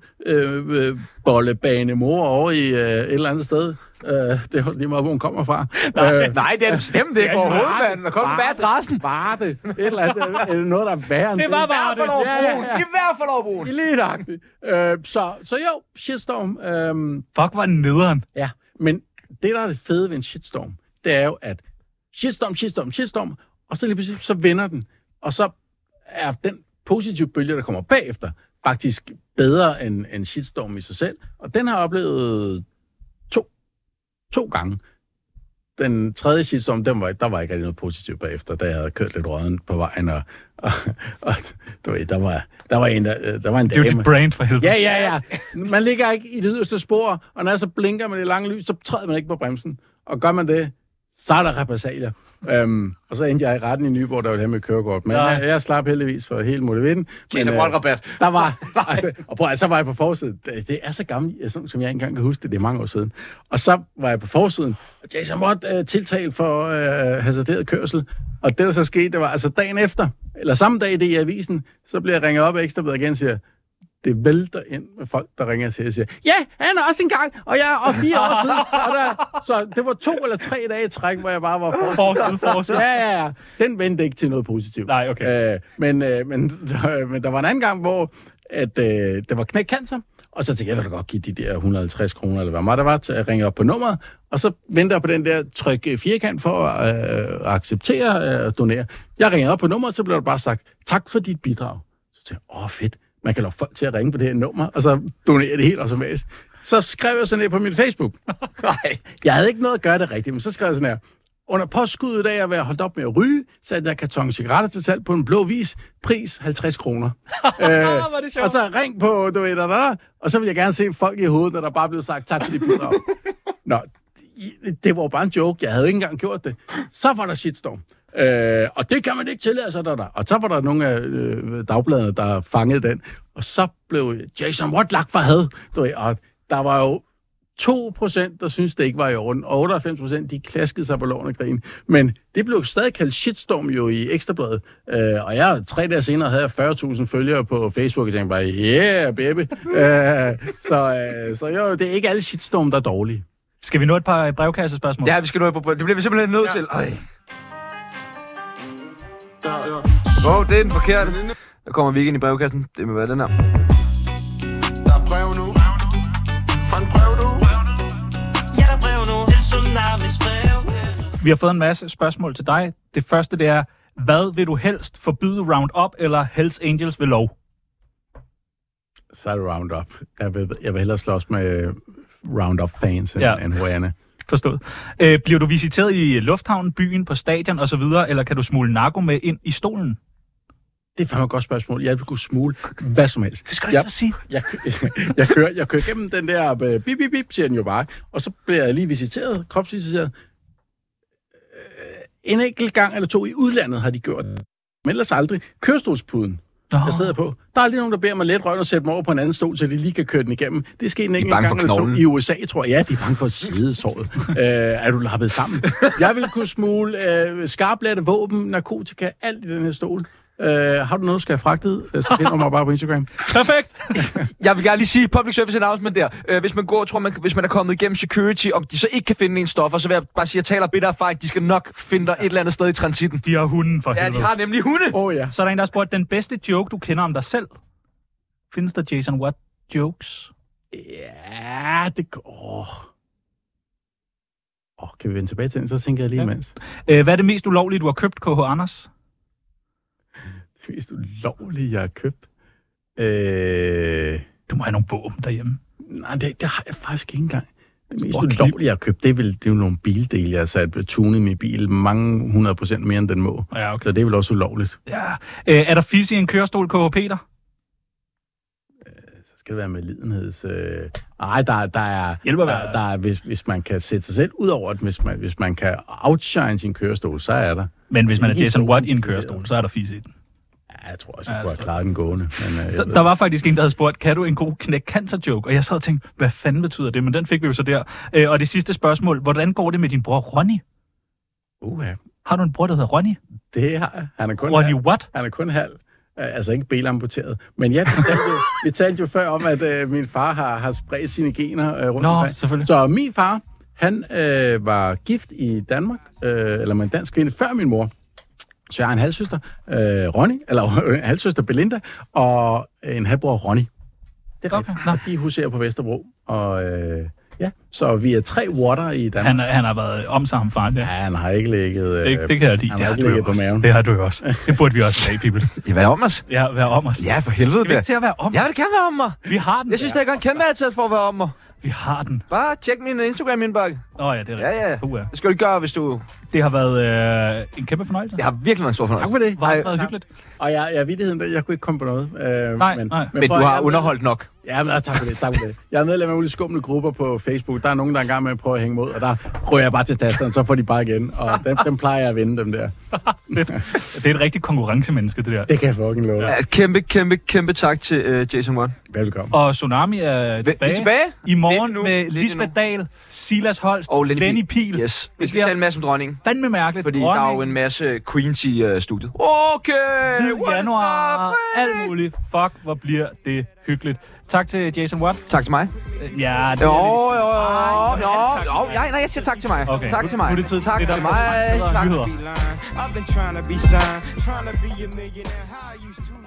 klidbollebane øh, mor over i øh, et eller andet sted. Øh, det er lige meget, hvor hun kommer fra. Nej, øh, nej det er bestemt ikke overhovedet, mand. Der kommer med adressen. Var det. Et eller andet, er det noget, der er værre end det? var bare det. I hvert fald over I hvert fald over broen. Lige nøjagtigt. Øh, så, så jo, shitstorm. Øh, Fuck, var den nederen. Ja, men det, der er det fede ved en shitstorm, det er jo, at shitstorm, shitstorm, shitstorm, og så lige pludselig, så vender den. Og så er den positive bølge, der kommer bagefter, faktisk bedre end, end shitstorm i sig selv. Og den har jeg oplevet to, to gange. Den tredje shitstorm, den var, der var ikke rigtig noget positivt bagefter, da jeg havde kørt lidt røden på vejen, og, og, og du ved, der var, der var en, der, der var en dame. Det er jo dit brain for helvede. Ja, ja, ja. Man ligger ikke i det yderste spor, og når jeg så blinker med det lange lys, så træder man ikke på bremsen. Og gør man det, så er der repressalier. Um, og så endte jeg i retten i Nyborg, der var det med kørekort. Men jeg, jeg slap heldigvis for hele motivitten. Men uh, rabat. Der var, altså, og prøv, så var jeg på forsiden. Det, det er så gammelt, som jeg ikke engang kan huske det. Det er mange år siden. Og så var jeg på forsiden. Og Jason Watt uh, tiltalt for uh, hasarderet kørsel. Og det, der så skete, det var altså dagen efter, eller samme dag i det i avisen, så bliver jeg ringet op af Ekstrabladet igen og siger, det vælter ind med folk, der ringer til og siger, ja, han er også engang, og jeg er fire år siden. Og der, så det var to eller tre dage i træk, hvor jeg bare var Forskel, forskel. Ja, ja, ja. Den vendte ikke til noget positivt. Nej, okay. Øh, men, øh, men, der, men der var en anden gang, hvor at, øh, der var knækcancer, og så tænkte jeg, jeg vil da godt give de der et hundrede og halvtreds kroner, eller hvad meget der var, til at ringe op på nummeret, og så venter jeg på den der tryk firkant for at øh, acceptere og øh, donere. Jeg ringer op på nummeret, så bliver der bare sagt, tak for dit bidrag. Så tænkte jeg, åh fedt, man kan lokke folk til at ringe på det her nummer, og så donere det helt automatisk. Så skrev jeg sådan ned på min Facebook. Nej, jeg havde ikke noget at gøre det rigtigt, men så skrev jeg sådan her. Under påskuddet af at være holdt op med at ryge, satte jeg karton cigaretter til salg på en blå vis. Pris halvtreds kroner. øh, og så ring på, du ved, der, der, og så vil jeg gerne se folk i hovedet, når der bare blev sagt tak for dit bidrag. Nå, det var bare en joke. Jeg havde ikke engang gjort det. Så var der shitstorm. Øh, og det kan man ikke tillade sig, der, der. Og så var der nogle af øh, dagbladene, der fangede den. Og så blev Jason Watt lagt for had. Du ved, og der var jo to procent, der synes det ikke var i orden, og otteoghalvfems procent, de klaskede sig på loven og grin. Men det blev stadig kaldt shitstorm jo i Ekstrabladet. Øh, og jeg, tre dage senere, havde jeg fyrre tusind følgere på Facebook, og tænkte bare, yeah, baby. øh, så øh, så jo, det er ikke alle shitstorm, der er dårlige. Skal vi nå et par brevkassespørgsmål? Ja, vi skal nå et par. Det bliver vi simpelthen nødt til. Ej. Åh, oh, det er den forkerte. Der kommer vi ikke ind i brevkassen. Det må være den her. Der er brev nu. Fra en brev nu. Ja, der er brev nu. Til Tsunamis brevkasse. Vi har fået en masse spørgsmål til dig. Det første, det er, hvad vil du helst forbyde Roundup eller Hells Angels ved lov? Så er det Roundup. Jeg vil, jeg vil hellere slås med Roundup-fans end, Ja. end Hoane. Forstået. Øh, bliver du visiteret i lufthavnen, byen, på stadion osv., eller kan du smule narko med ind i stolen? Det er fandme et godt spørgsmål. Jeg vil kunne smule hvad som helst. Det skal du jeg, ikke så sige. Jeg, jeg, kører, jeg kører gennem den der uh, bip, bip, bip, siger den jo bare. Og så bliver jeg lige visiteret, kropsvisiteret. En enkelt gang eller to i udlandet har de gjort det. Men ellers aldrig. Kørestolspuden, Nå. jeg sidder på. Der er aldrig nogen, der beder mig let røven og sætte mig over på en anden stol, så de lige kan køre den igennem. Det sker en enkelt bange gang for eller to knoglen. i U S A, tror jeg. Ja, de er bange for sidesåret. øh, er du lappet sammen? Jeg vil kunne smule øh, skarplatte våben, narkotika, alt i den her stol. Uh, har du noget, du skal have fragtet? Så finder mig bare på Instagram. Perfekt! Jeg vil gerne lige sige public service announcement der. Uh, hvis man går, tror man, hvis man er kommet igennem security, om de så ikke kan finde en stoffer, så vil jeg bare sige, at jeg taler bitter erfaring. De skal nok finde dig et eller andet sted i transitten. De har hunden for Ja, helvede. de har nemlig hunde. Åh oh, ja. Så er der en, der har spurgt, den bedste joke, du kender om dig selv? Findes der Jason Watt jokes? Ja, det går... Åh, oh, kan vi vende tilbage til den? Så tænker jeg lige Ja. imens. Øh, hvad er det mest ulovlige, du har købt, K H. Anders? Det mest ulovlige, jeg har købt. Øh... Du må have nogle våben derhjemme. Nej, det, det har jeg faktisk ikke engang. Det mest Stor knip. ulovlige, jeg har købt, det er, vel, det er jo nogle bildele, jeg har sat tunet i min bil mange hundrede procent mere, end den må. Ja, okay. Så det er vel også ulovligt. Ja. Øh, er der fisse i en kørestol, K H. Peter? Så skal det være med lidenheds... Øh... Ej, der, der er... Hjælper der, hvad? der er hvis, hvis man kan sætte sig selv ud over det, hvis man, hvis man kan outshine sin kørestol, så er der. Men hvis man er Ikke Jason så Watt i en umotiveret. kørestol, så er der fisse i den. Ja, jeg tror også, Ja, jeg kunne det have tror klaret den gående. Men, øh, Der, jeg ved der var faktisk en, der havde spurgt, kan du en god knæk-cancer-joke? Og jeg sad og tænkte, hvad fanden betyder det? Men den fik vi jo så der. Øh, og det sidste spørgsmål, hvordan går det med din bror Ronny? Uh, ja. Har du en bror, der hedder Ronny? Det har jeg. Han er kun Ronny halv. what? Han er kun halv. Øh, Altså ikke belamputeret. Men ja, vi talte jo, vi talte jo før om, at øh, min far har, har spredt sine gener øh, rundt Nå, omkring. selvfølgelig. Så min far, han øh, var gift i Danmark, øh, eller med en dansk kvinde, før min mor. Så jeg har en halvsøster, øh, Ronny, eller en halvsøster Belinda, og en halvbror Ronny. Det er Okay, rigtigt. nå. Og de huserer på Vesterbro. Og øh, ja, så vi er tre water i Danmark. Han, han har været om sig ham far. Ja, Ja. han har ikke ligget... Øh, Det, det kan jeg lide. Han Det har har ikke du jo ligget på også. maven. Det har du jo også. Det burde vi også have, people. Ja, hvad om os? Ja, være om os. Ja, for helvede Skal vi da. ikke til at være om? Jeg vil gerne være om mig. Vi har den. Jeg synes, det er en kæmpe ansat for at være om mig. Vi har den. Bare tjek min Instagram-indbakke. Åh oh, ja, det er Ja, rigtigt. ja. Uh, ja. Det skal du ikke gøre, hvis du... Det har været øh, en kæmpe fornøjelse. Jeg har virkelig været en stor Tak fornøjelse. for det. Hvor har det Ej, været hyggeligt. Og jeg, jeg vidtigheden, der, jeg kunne ikke komme på noget. Øh, Nej, men, nej. Men for du at har jeg- underholdt nok. Ja, men, tak for det, tak for det. Jeg er medlem af mulige skumle grupper på Facebook. Der er nogen, der er engang med at prøve at hænge mod, og der rører jeg bare til tasterne, så får de bare igen. Og dem, dem plejer jeg at vinde, dem der. Det er et rigtigt konkurrencemenneske, det der. Det kan jeg fucking love. Ja, kæmpe, kæmpe, kæmpe tak til uh, Jason Watt. Velkommen. Og Tsunami er tilbage, Vi er tilbage. i morgen Lidt nu, med lidt Lisbeth Dahl, Silas Holst Og Lenny, Lenny Pihl. Yes. Vi skal tale en masse om dronningen. Fandme mærkeligt. Fordi Dronning. Der er jo en masse queens i uh, studiet. Okay! Januar, alt muligt. Fuck, hvor bliver det hyggeligt. Tak til Jason Watt. Tak til mig. Ja, det Jo, er jo, jo, Ej, jo, jo, nej, nej, jeg siger tak til mig. Okay, tak nu- til mig. nu er det tid til tak det, der til er mig. nyheder. Tak. I've been trying to be signed, trying to be a millionaire. How I used to.